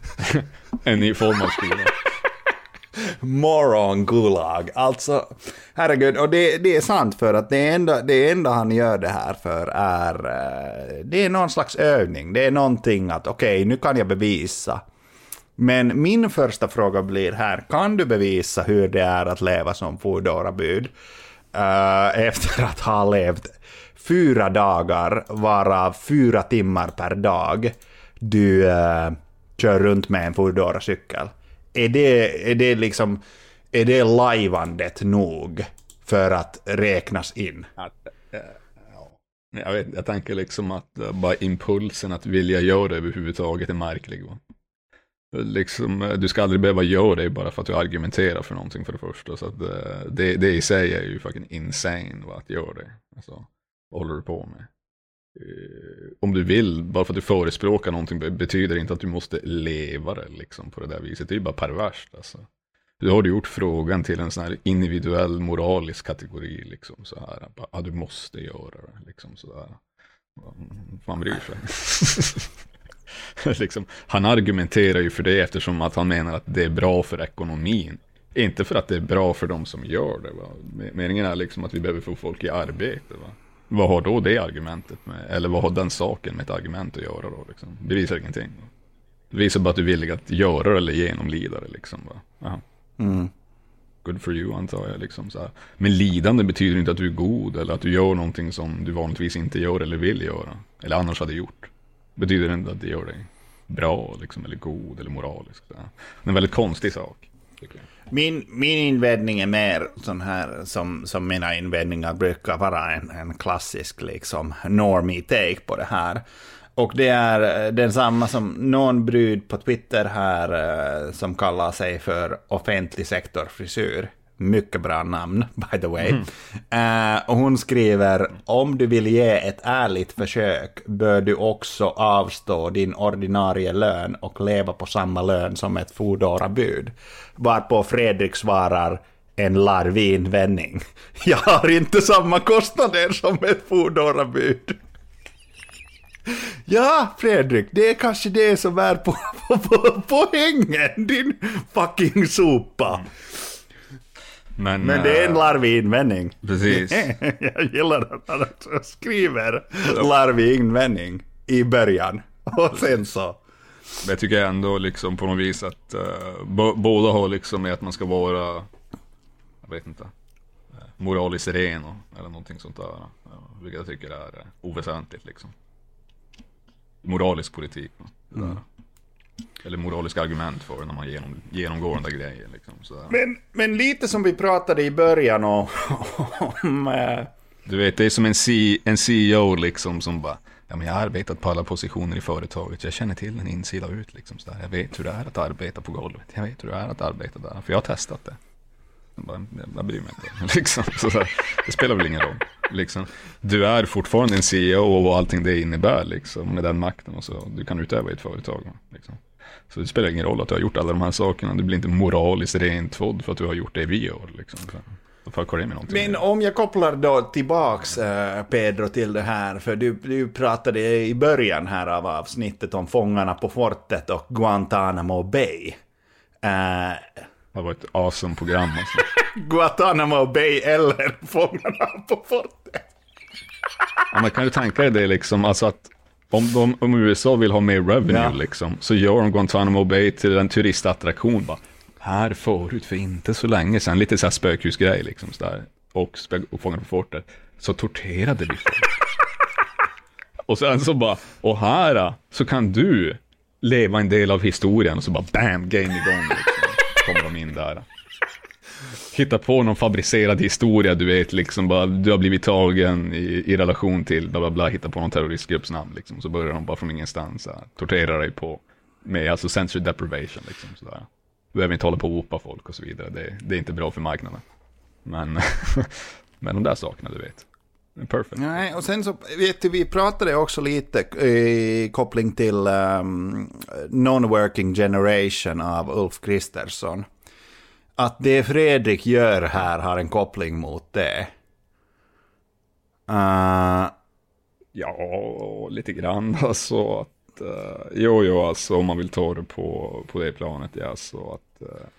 En ny form av skola. Moron gulag. Alltså, Herregud, och det, det är sant för att det enda, det enda han gör det här för är, det är någon slags övning. Det är någonting att okej, okay, nu kan jag bevisa. Men min första fråga blir här, kan du bevisa hur det är att leva som Foodora-bud uh, efter att ha levt fyra dagar, varav fyra timmar per dag du uh, kör runt med en Foodora-cykel? Är det, är det liksom, är det lajvandet nog för att räknas in? Att, äh, ja. jag, vet, jag tänker liksom att uh, bara impulsen att vilja göra det överhuvudtaget är märklig. Va? Liksom, du ska aldrig behöva göra det bara för att du argumenterar för någonting för det första. Så att, uh, det, det i sig är ju fucking insane, va, att göra det. Alltså, vad håller du på med? Uh, om du vill, bara för att du förespråkar någonting betyder inte att du måste leva det liksom, på det där viset. Det är ju bara perverst alltså. Du har gjort frågan till en sån här individuell moralisk kategori liksom, så här, bara, ah, du måste göra det liksom, så där. Fan bryr sig. Liksom, han argumenterar ju för det eftersom att han menar att det är bra för ekonomin, inte för att det är bra för de som gör det, va? Meningen är liksom att vi behöver få folk i arbete, va? Vad har då det argumentet med, eller vad har den saken med ett argument att göra då liksom? Det visar ingenting. Det visar bara att du är villig att göra det eller genomlida det liksom, va? Aha. Mm. Good for you, antar jag liksom, så här. Men lidande betyder inte att du är god eller att du gör någonting som du vanligtvis inte gör eller vill göra eller annars hade gjort. Betyder inte att det gör dig bra liksom, eller god eller moralisk. Så här. Det är en väldigt konstig sak, tycker jag. Min, min invändning är mer sån här som, som mina invändningar brukar vara en, en klassisk liksom normie take på det här. Och det är densamma som någon brud på Twitter här eh, som kallar sig för offentlig sektor frisyr. Mycket bra namn, by the way. Mm. Uh, och hon skriver, om du vill ge ett ärligt försök bör du också avstå din ordinarie lön och leva på samma lön som ett Foodora-bud. Varpå Fredrik svarar, en larvig invändning. Jag har inte samma kostnader som ett Foodora-bud. Ja, Fredrik, det är kanske det som är på, på, på, poängen, din fucking sopa. Men, Men det är en larvig invändning. Precis. Jag gillar att han också skriver larvig invändning i början. Och sen så. Men jag tycker ändå liksom på något vis att uh, b- båda har liksom med att man ska vara, jag vet inte, moraliskt ren och, eller någonting sånt där. Uh, vilket jag tycker är uh, oväsentligt liksom. Moralisk politik. Mm. Eller moraliska argument för när man genom, genomgår den där grejen. Liksom, men, men lite som vi pratade i början och, om... Äh... Du vet, det är som en, C, en C E O liksom, som bara, ja, men jag har arbetat på alla positioner i företaget. Jag känner till den insida ut. Liksom, så där. Jag vet hur det är att arbeta på golvet. Jag vet hur det är att arbeta där. För jag har testat det. Jag, bara, jag bryr mig inte. Liksom, så där. Det spelar väl ingen roll. Liksom. Du är fortfarande en C E O och allting det innebär liksom, med den makten. Och så. Du kan utöva i ett företag. Liksom. Så det spelar ingen roll att du har gjort alla de här sakerna. Du blir inte moraliskt rent tvådd för att du har gjort det vi gör. Liksom. Så med Men om jag kopplar då tillbaks, äh, Pedro, till det här. För du, du pratade i början här av avsnittet om fångarna på fortet och Guantanamo Bay. Äh, det var ett awesome program. Alltså. Guantanamo Bay eller fångarna på fortet. Ja, men kan du tänka dig det liksom, alltså att Om, de, om U S A vill ha mer revenue ja. liksom, så gör de Guantanamo Bay till en turistattraktion. Bara, här förut för inte så länge sedan, lite så här spökhusgrej liksom, så där, och, spö- och fångar på fortet, så torterade vi folk. Och sen så bara, och här så kan du leva en del av historien, och så bara bam, game igång liksom. Kommer de in där. Hitta på någon fabricerad historia, du vet liksom, bara, du har blivit tagen i, i relation till bla bla bla, hitta på någon terroristgrupps namn liksom, så börjar de bara från ingenstans här, tortera dig på med alltså sensory deprivation liksom, sådär. Du behöver inte hålla på och opa folk och så vidare, det, det är inte bra för marknaden, men men de där sakerna, du vet, perfect. Nej, och sen så vet du, vi pratade också lite i koppling till um, Non-Working Generation av Ulf Kristersson. Att det Fredrik gör här har en koppling mot det. Uh... Ja, lite grann. Alltså att, uh, jo, jo, alltså om man vill ta det på, på det planet, ja, så att uh,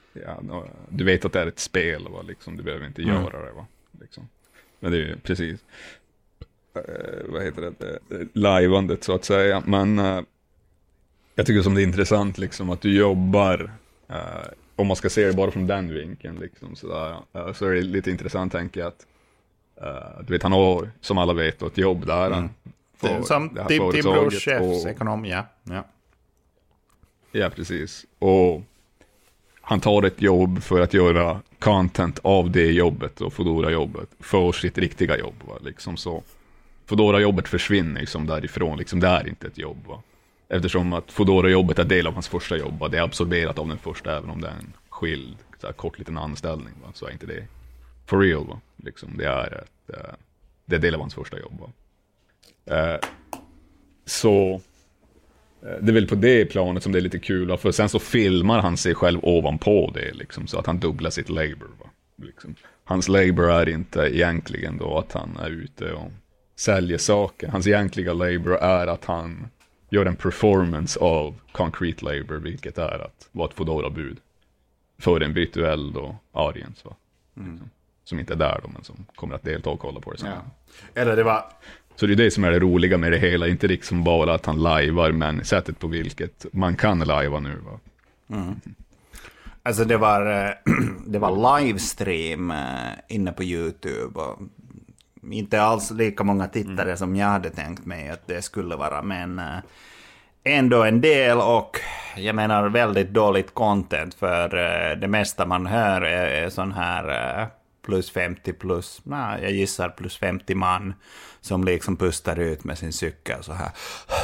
ja, du vet att det är ett spel, va? Liksom, du behöver inte mm. göra det. Va? Liksom. Men det är ju precis uh, vad heter det, liveandet så att säga. Men uh, jag tycker som det är intressant liksom, att du jobbar, uh, om man ska se det bara från den vinkeln liksom, så, där, uh, så är det lite intressant tänker jag att uh, du vet, han har som alla vet ett jobb där. Mm. För, som Tim Timbros chefsekonom, ja. ja. Ja, precis. Och han tar ett jobb för att göra content av det jobbet och Foodora-jobbet för sitt riktiga jobb. Va? Liksom så. Foodora-jobbet försvinner liksom därifrån. Liksom det är inte ett jobb. Va? Eftersom att Foodora-jobbet är del av hans första jobb. Va? Det är absorberat av den första, även om det är en skild, så här, kort liten anställning. Va? Så är inte det for real. Va? Liksom, det, är ett, uh, det är del av hans första jobb. Va? Uh, så... Det är väl på det planet som det är lite kul, för sen så filmar han sig själv ovanpå det liksom, så att han dubblar sitt labor. Va? Liksom. Hans labor är inte egentligen då att han är ute och säljer saker. Hans egentliga labor är att han gör en performance av concrete labor, vilket är att vara ett Foodora-bud för en virtuell då audience, va? Mm. Liksom. Som inte är där då, men som kommer att delta och kolla på det sen. Ja. Eller det var... Så det är det som är det roliga med det hela, inte liksom bara att han lajvar, men sättet på vilket man kan lajva nu. Va? Mm. Alltså det var, det var livestream inne på YouTube och inte alls lika många tittare mm. som jag hade tänkt mig att det skulle vara, men ändå en del, och jag menar väldigt dåligt content, för det mesta man hör är sån här plus femtio plus, nej, jag gissar plus femtio man som liksom pustar ut med sin cykel så här.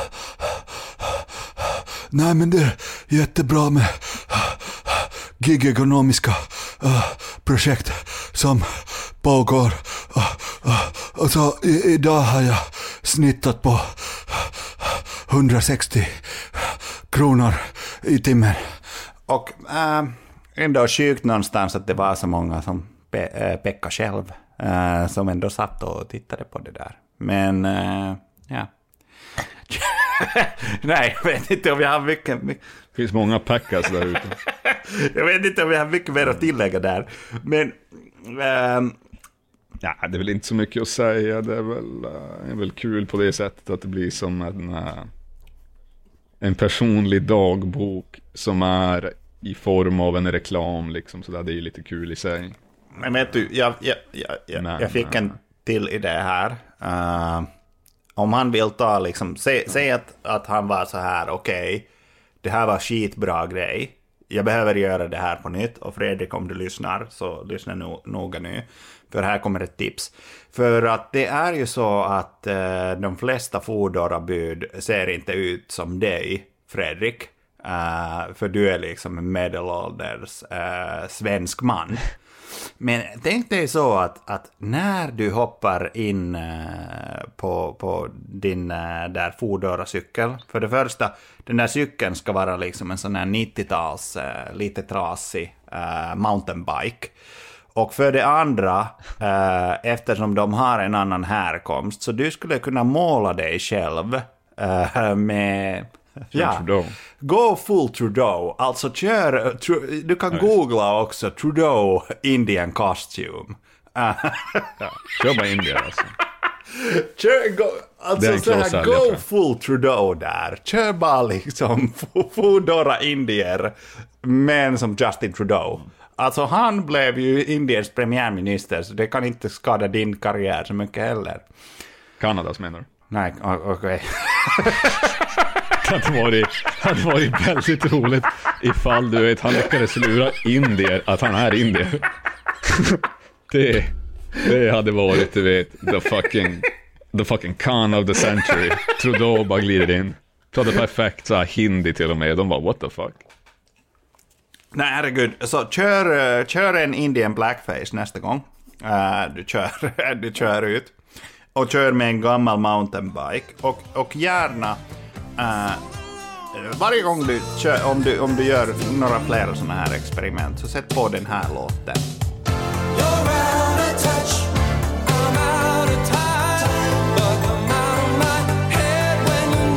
Nej, men det är jättebra med gigekonomiska uh, projekt som pågår. Uh, uh, och så i, idag har jag snittat på hundrasextio kronor i timmen. Och uh, ändå sjukt någonstans att det var så många som Pe- äh, Pekka själv äh, som ändå satt och tittade på det där. Men äh, ja. Nej, jag vet inte om jag har mycket... mycket... Det finns många Pekkas där ute. Jag vet inte om jag har mycket mer att tillägga där. Men... Äh... Ja, det är väl inte så mycket att säga. Det är väl, äh, är väl kul på det sättet att det blir som en, äh, en personlig dagbok som är i form av en reklam. Liksom, så där, det är ju lite kul i sig. Men vet du, jag, jag, jag, jag, nej, jag fick nej. en till idé här. Uh, om han vill ta liksom, säg, säg att, att han var så här, okej, okay, det här var skitbra grej. Jag behöver göra det här på nytt. Och Fredrik, om du lyssnar, så lyssna no, noga nu. För här kommer ett tips. För att det är ju så att uh, de flesta Foodora-bud ser inte ut som dig, Fredrik. Uh, för du är liksom en medelålders uh, svensk man. Men tänk dig så att, att när du hoppar in uh, på, på din uh, där Foodora-cykel, för det första, den där cykeln ska vara liksom en sån här nittio-tals uh, lite trasig uh, mountainbike. Och för det andra, uh, eftersom de har en annan härkomst, så du skulle kunna måla dig själv uh, med... Ja, gå full Trudeau. Alltså kör, tru, du kan nice. Googla också Trudeau Indian costume. Ja, kör bara Indien alltså. Kör, go, alltså så här, go full Trudeau där. Kör bara liksom Foodora indier, men som Justin Trudeau. Alltså han blev ju Indiens premiärminister, så det kan inte skada din karriär så mycket heller. Kanadas menar du? Nej, okej. Okay. Det hade varit, hade varit väldigt roligt ifall du vet han lyckades lura indier att han är indier. det, det hade varit, du vet, the fucking the fucking con of the century. Trudeau bara glider in. Pratade perfekt så här hindi till och med. De bara, what the fuck? Nej, herregud. Så kör, kör en Indian blackface nästa gång. Uh, du, kör, du kör ut. Och kör med en gammal mountainbike. Och, och gärna... Uh, varje gång du, kör, om, du, om du gör några fler sådana här experiment, så sätt på den här låten.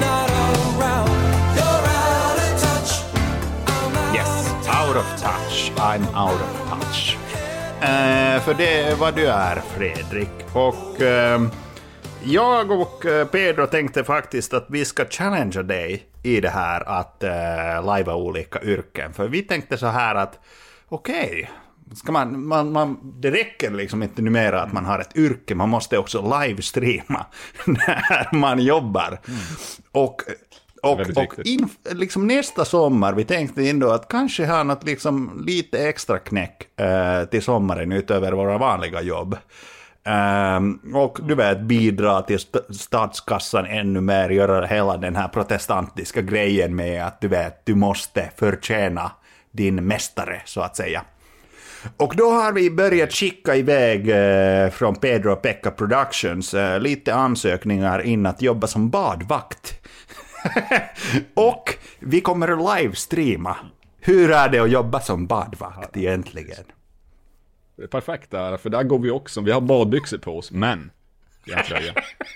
Yes, out of touch. I'm out of touch. Uh, för det är vad du är, Fredrik. Och uh, jag och uh, Pedro tänkte faktiskt att vi ska challengea dig i det här att uh, lajva olika yrken. För vi tänkte så här att okej, okay, ska man, man, man, det räcker liksom inte numera att man har ett yrke, man måste också livestreama när man jobbar. Mm. Och Och, och in, liksom nästa sommar, vi tänkte ändå att kanske ha något liksom lite extra knäck eh, till sommaren utöver våra vanliga jobb. Um, och du vet, bidra till st- statskassan ännu mer, göra hela den här protestantiska grejen med att du vet, du måste förtjäna din mästare, så att säga. Och då har vi börjat skicka iväg eh, från Pedro och Pekka Productions eh, lite ansökningar in att jobba som badvakt. Och vi kommer att livestreama. Hur är det att jobba som badvakt egentligen? Det är perfekt där, för där går vi också. Vi har badbyxor på oss, men vi har tröja.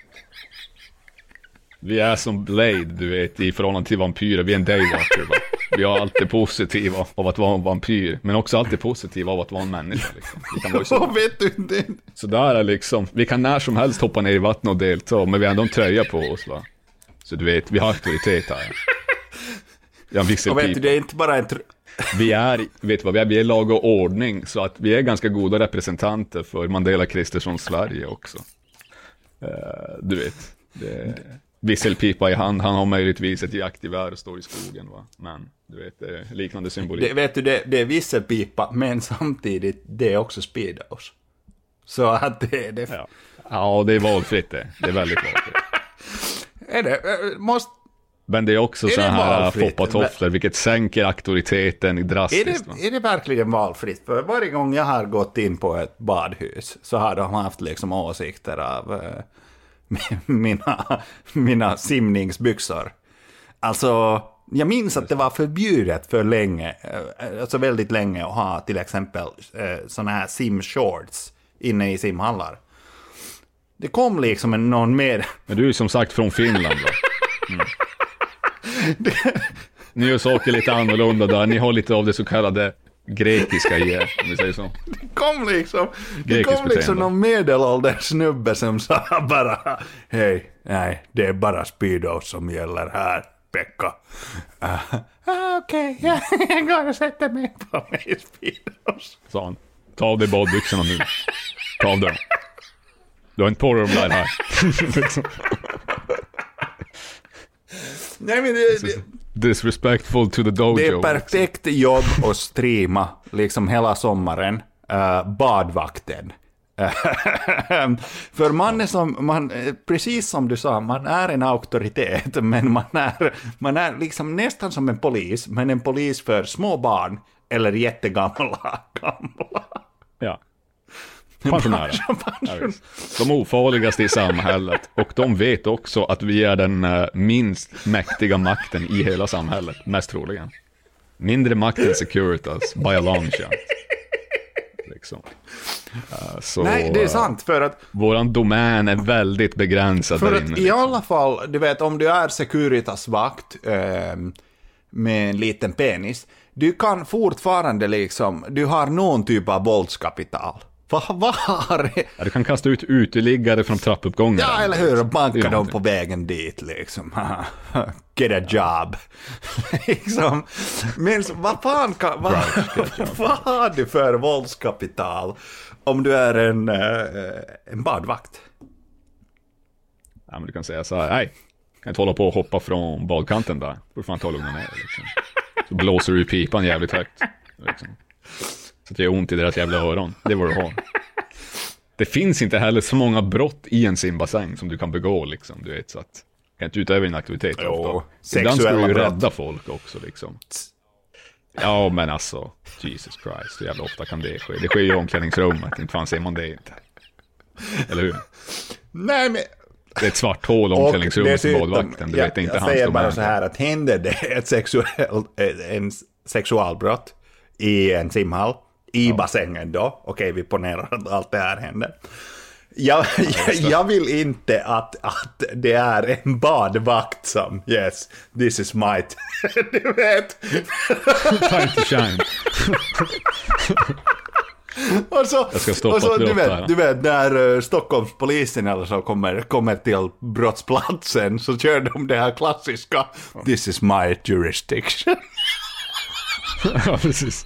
Vi är som Blade, du vet, i förhållande till vampyrer. Vi är en daywalker, va? Vi har alltid positiva av att vara en vampyr, men också alltid positiva av att vara en människa, liksom. Vi kan vara så. Vet du det? Så där är liksom, vi kan när som helst hoppa ner i vattnet och delta, men vi har ändå en tröja på oss, va? Så du vet, vi har auktoritet här. Jag har en visselpipa. Och vet du, det är inte bara en... Tr- vi är, vet du vad, vi är, vi är lag och ordning, så att vi är ganska goda representanter för Mandela Kristersson Sverige också. Uh, du vet, det, visselpipa i hand, han har möjligtvis ett jaktgevär och står i skogen, va? Men du vet, det är liknande symbolik. Det, vet du, det, det är visselpipa, men samtidigt det är också speedos. Så att det, det... Ja. ja, det är valfritt det. Det är väldigt valfritt. Är det, måste... Men det är också så här foppatofflor, vilket sänker auktoriteten drastiskt. Är det, är det verkligen valfritt? För varje gång jag har gått in på ett badhus så har de haft liksom åsikter av uh, mina, mina simningsbyxor. Alltså, jag minns att det var förbjudet för länge, uh, alltså väldigt länge att ha till exempel uh, såna här simshorts inne i simhallar. Det kom liksom en, någon mer... Men du är som sagt från Finland, va? Mm. Ni gör saker lite annorlunda där. Ni har lite av det så kallade grekiska i er, om vi säger så. Det kom liksom, det kom liksom någon medelålders snubbe som sa bara: hej, nej, det är bara speedos som gäller här, Pekka. Uh, Okej, okay, jag går och sätter mig på mig i speedos. Sa han, ta av dig badbyxorna nu. Ta av dem. Du har inte på dig de där här. Nej, men det, det, disrespectful to the dojo. Det är perfekt jobb att streama liksom hela sommaren. Uh, badvakten. För man är som, man, precis som du sa, man är en auktoritet, men man är, man är liksom nästan som en polis, men en polis för små barn eller jättegamla gamla. Ja. Pensionärer. De ofarligaste i samhället. Och de vet också att vi är den uh, minst mäktiga makten i hela samhället, mest troligen. Mindre makt än Securitas, by a long shot. Liksom. Uh, så, Nej, det är sant, för att... Uh, våran domän är väldigt begränsad. För där att inne, i liksom. alla fall, du vet, om du är Securitas-vakt uh, med en liten penis, du kan fortfarande liksom, du har någon typ av våldskapital. Vad var det? Ja, du kan kasta ut uteliggare från trappuppgången. Ja, eller hur? Banka dem på vägen dit, liksom. Get a job. liksom. Men vad fan kan... Vad, vad har du för våldskapital om du är en, en badvakt? Ja, men du kan säga så här, nej, kan inte hålla på och hoppa från badkanten där. Får du fan ta lugna ner, liksom. Så blåser du i pipan jävligt högt, liksom. Så att det är ont i deras jävla öron. Det är vad du har. Det finns inte heller så många brott i en simbassäng som du kan begå, liksom. Du vet, så att du kan inte utöva din aktivitet. Jo, ibland ska du ju brott. rädda folk också, liksom. Ja, men alltså, Jesus Christ, så jävla ofta kan det ske. Det sker ju i omklädningsrummet, inte fan ser man det inte. Eller hur? Nej, men... Det är ett svart hål omklädningsrummet som badvakten. Du jag, vet inte jag hans säger bara domän. så här att händer det ett sexuell, en sexualbrott i en simhall, i ja. bassängen då, okej, vi ponerar att allt det här händer. Jag, jag, jag vill inte att, att det är en badvakt som, yes, this is my, du vet. Time to shine. Och så, Jag ska stoppa och så ett du, brott här. vet, du vet, när uh, Stockholmspolisen eller så kommer, kommer till brottsplatsen så kör de det här klassiska "This is my jurisdiction". Ja, precis.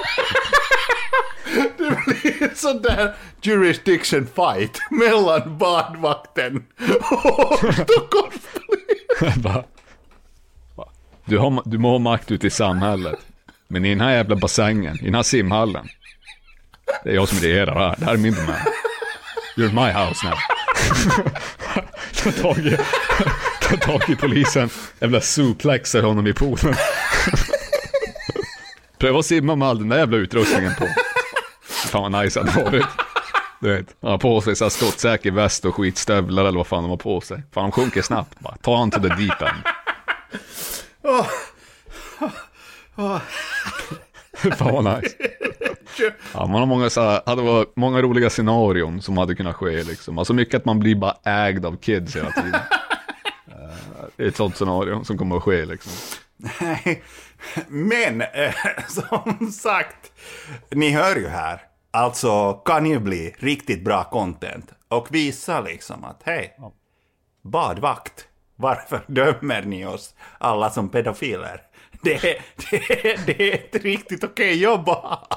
Det blir sån där jurisdiction fight mellan badvakten och Stockholmspolisen. Bara, bara, Du, har, du må ha makt ut i samhället. Men i den här jävla bassängen, i den här simhallen, det är jag som regerar här. Det här är min domän. You're my house now. Ta tag i, ta tag i polisen. Jävla suplexer honom i poolen. Pröva att simma med all den där jävla utrustningen på. Fan vad nice det varit. Du vet, han har på sig så här skottsäker väst och skitstövlar eller vad fan de har på sig. Fan de sjunker snabbt. Bara, ta han till the deep end. Oh. Oh. Fan vad nice. Ja, man har många, så här, hade varit många roliga scenarion som hade kunnat ske liksom. Alltså mycket att man blir bara ägd av kids hela tiden. Det är ett sånt scenario som kommer att ske liksom. Nej, men eh, som sagt, ni hör ju här, alltså kan ju bli riktigt bra content och visa liksom att hej, badvakt, varför dömer ni oss alla som pedofiler? Det, det, det är ett riktigt okej jobb.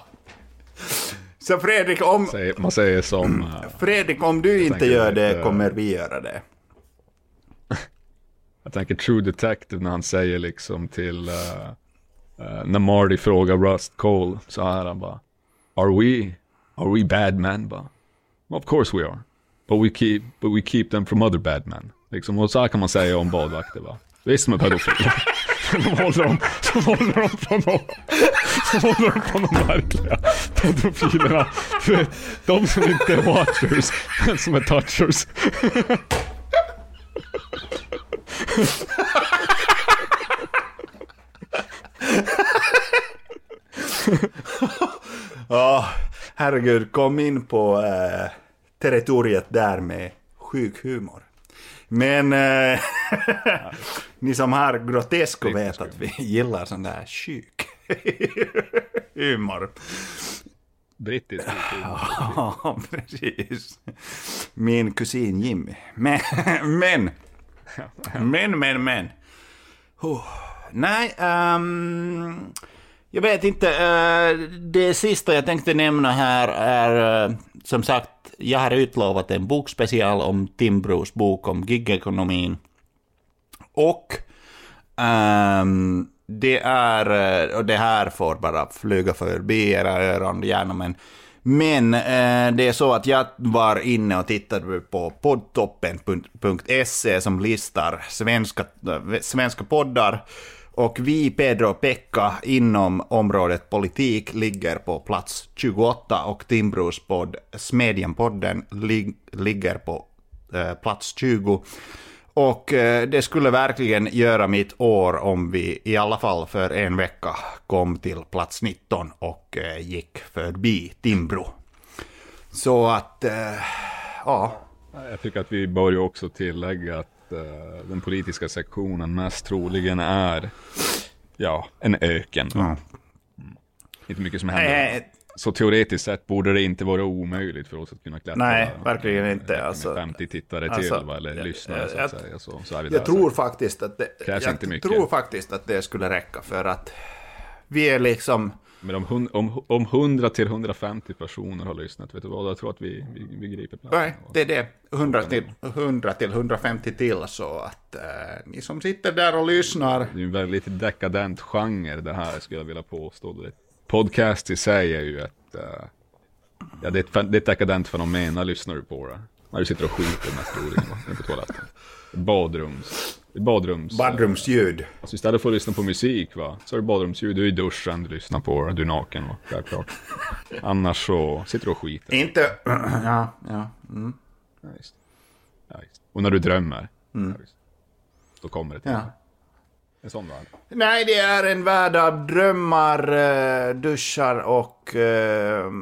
Så Fredrik, om, man säger som uh, Fredrik, om du inte gör det uh, kommer vi göra det. Jag tänker True Detective när han säger liksom till uh, uh, när Marty frågar Rust Cole så här han bara, Are we are we bad men? Bara, of course we are. But we keep but we keep them from other bad men. Liksom, och så här kan man säga om badvakter va. Visst med pedofiler. De håller dem, de håller dem på någon, de håller dem på någon verkliga pedofilerna. Du vet, de som inte är watchers, men som är touchers. Oh, herregud, kom in på äh, territoriet där med sjuk humor. Men äh, ni som har grotesko vet att vi gillar sån där sjuk humor. Brittisk humor. Ja, precis. Min kusin Jimmy. Men, men, men, men, men. Oh, nej, um, jag vet inte. Uh, det sista jag tänkte nämna här är, uh, som sagt, jag har utlovat en bokspecial om Timbros bok om gigekonomin. Och um, det är, och det här får bara flyga förbi era öron gärna, men Men eh, det är så att jag var inne och tittade på poddtoppen punkt se som listar svenska, svenska poddar. Och vi, Pedro och Pekka, inom området politik ligger på plats tjugoåtta och Timbros podd, Smedjenpodden, lig, ligger på eh, plats tjugo. Och eh, det skulle verkligen göra mitt år om vi i alla fall för en vecka kom till plats nitton och eh, gick förbi Timbro. Så att, eh, ja. Jag tycker att vi bör ju också tillägga att uh, den politiska sektionen mest troligen är ja, en öken. Mm. Mm. Inte mycket som händer. Äh, Så teoretiskt sett borde det inte vara omöjligt för oss att kunna klättra. Nej, verkligen inte. Alltså, femtio tittare alltså, till, eller jag, lyssnare så att säga. Så, så är vi jag där, tror så. faktiskt att det, Krävs jag inte mycket. tror faktiskt att det skulle räcka för att vi är liksom... Men om, om, om hundra till hundrafemtio personer har lyssnat, vet du vad, jag tror att vi, vi, vi griper plats. Nej, det är det. hundra till hundrafemtio till, så att uh, ni som sitter där och lyssnar... Det är ju en väldigt dekadent genre det här, skulle jag vilja påstå. Podcast i sig är ju ett... Uh, ja, det är ett, det är ett dekadent fenomen. När lyssnar du på det? När du sitter och skiter med stolen på toaletten. Badrums... Badrums... Badrumsljud. Alltså istället för att lyssna på musik, va? Så är det badrumsljud. Du är i duschen, du lyssnar på det, du är naken, va? Självklart. Annars så sitter du och skiter. Inte... Ja, ja. Mm. Ja, just. Ja, just. Och när du drömmer, mm. ja, just. Då kommer det till. Ja. En sån värld. Nej, det är en värld av drömmar, duschar och uh,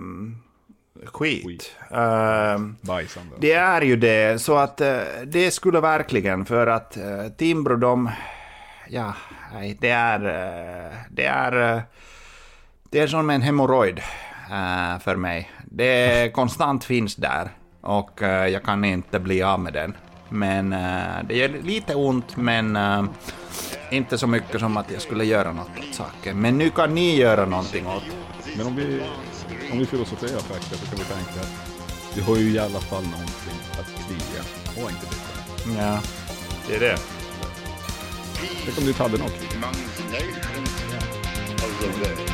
skit. skit. Uh, Bajsande. Det är ju det, så att uh, det skulle verkligen, för att uh, Timbro, de, ja, nej, det är, uh, det är, uh, Det är som en hemorrojd uh, för mig. Det konstant finns där och uh, jag kan inte bli av med den. Men uh, det gör lite ont, men uh, inte så mycket som att jag skulle göra något åt saken. Men nu kan ni göra någonting åt. Men om vi, om vi filosoferar faktiskt så kan vi tänka att vi har ju i alla fall någonting att kriga. Och inte det. Ja, det är det. Tänk om du inte hade något krig. Among the nations of the world.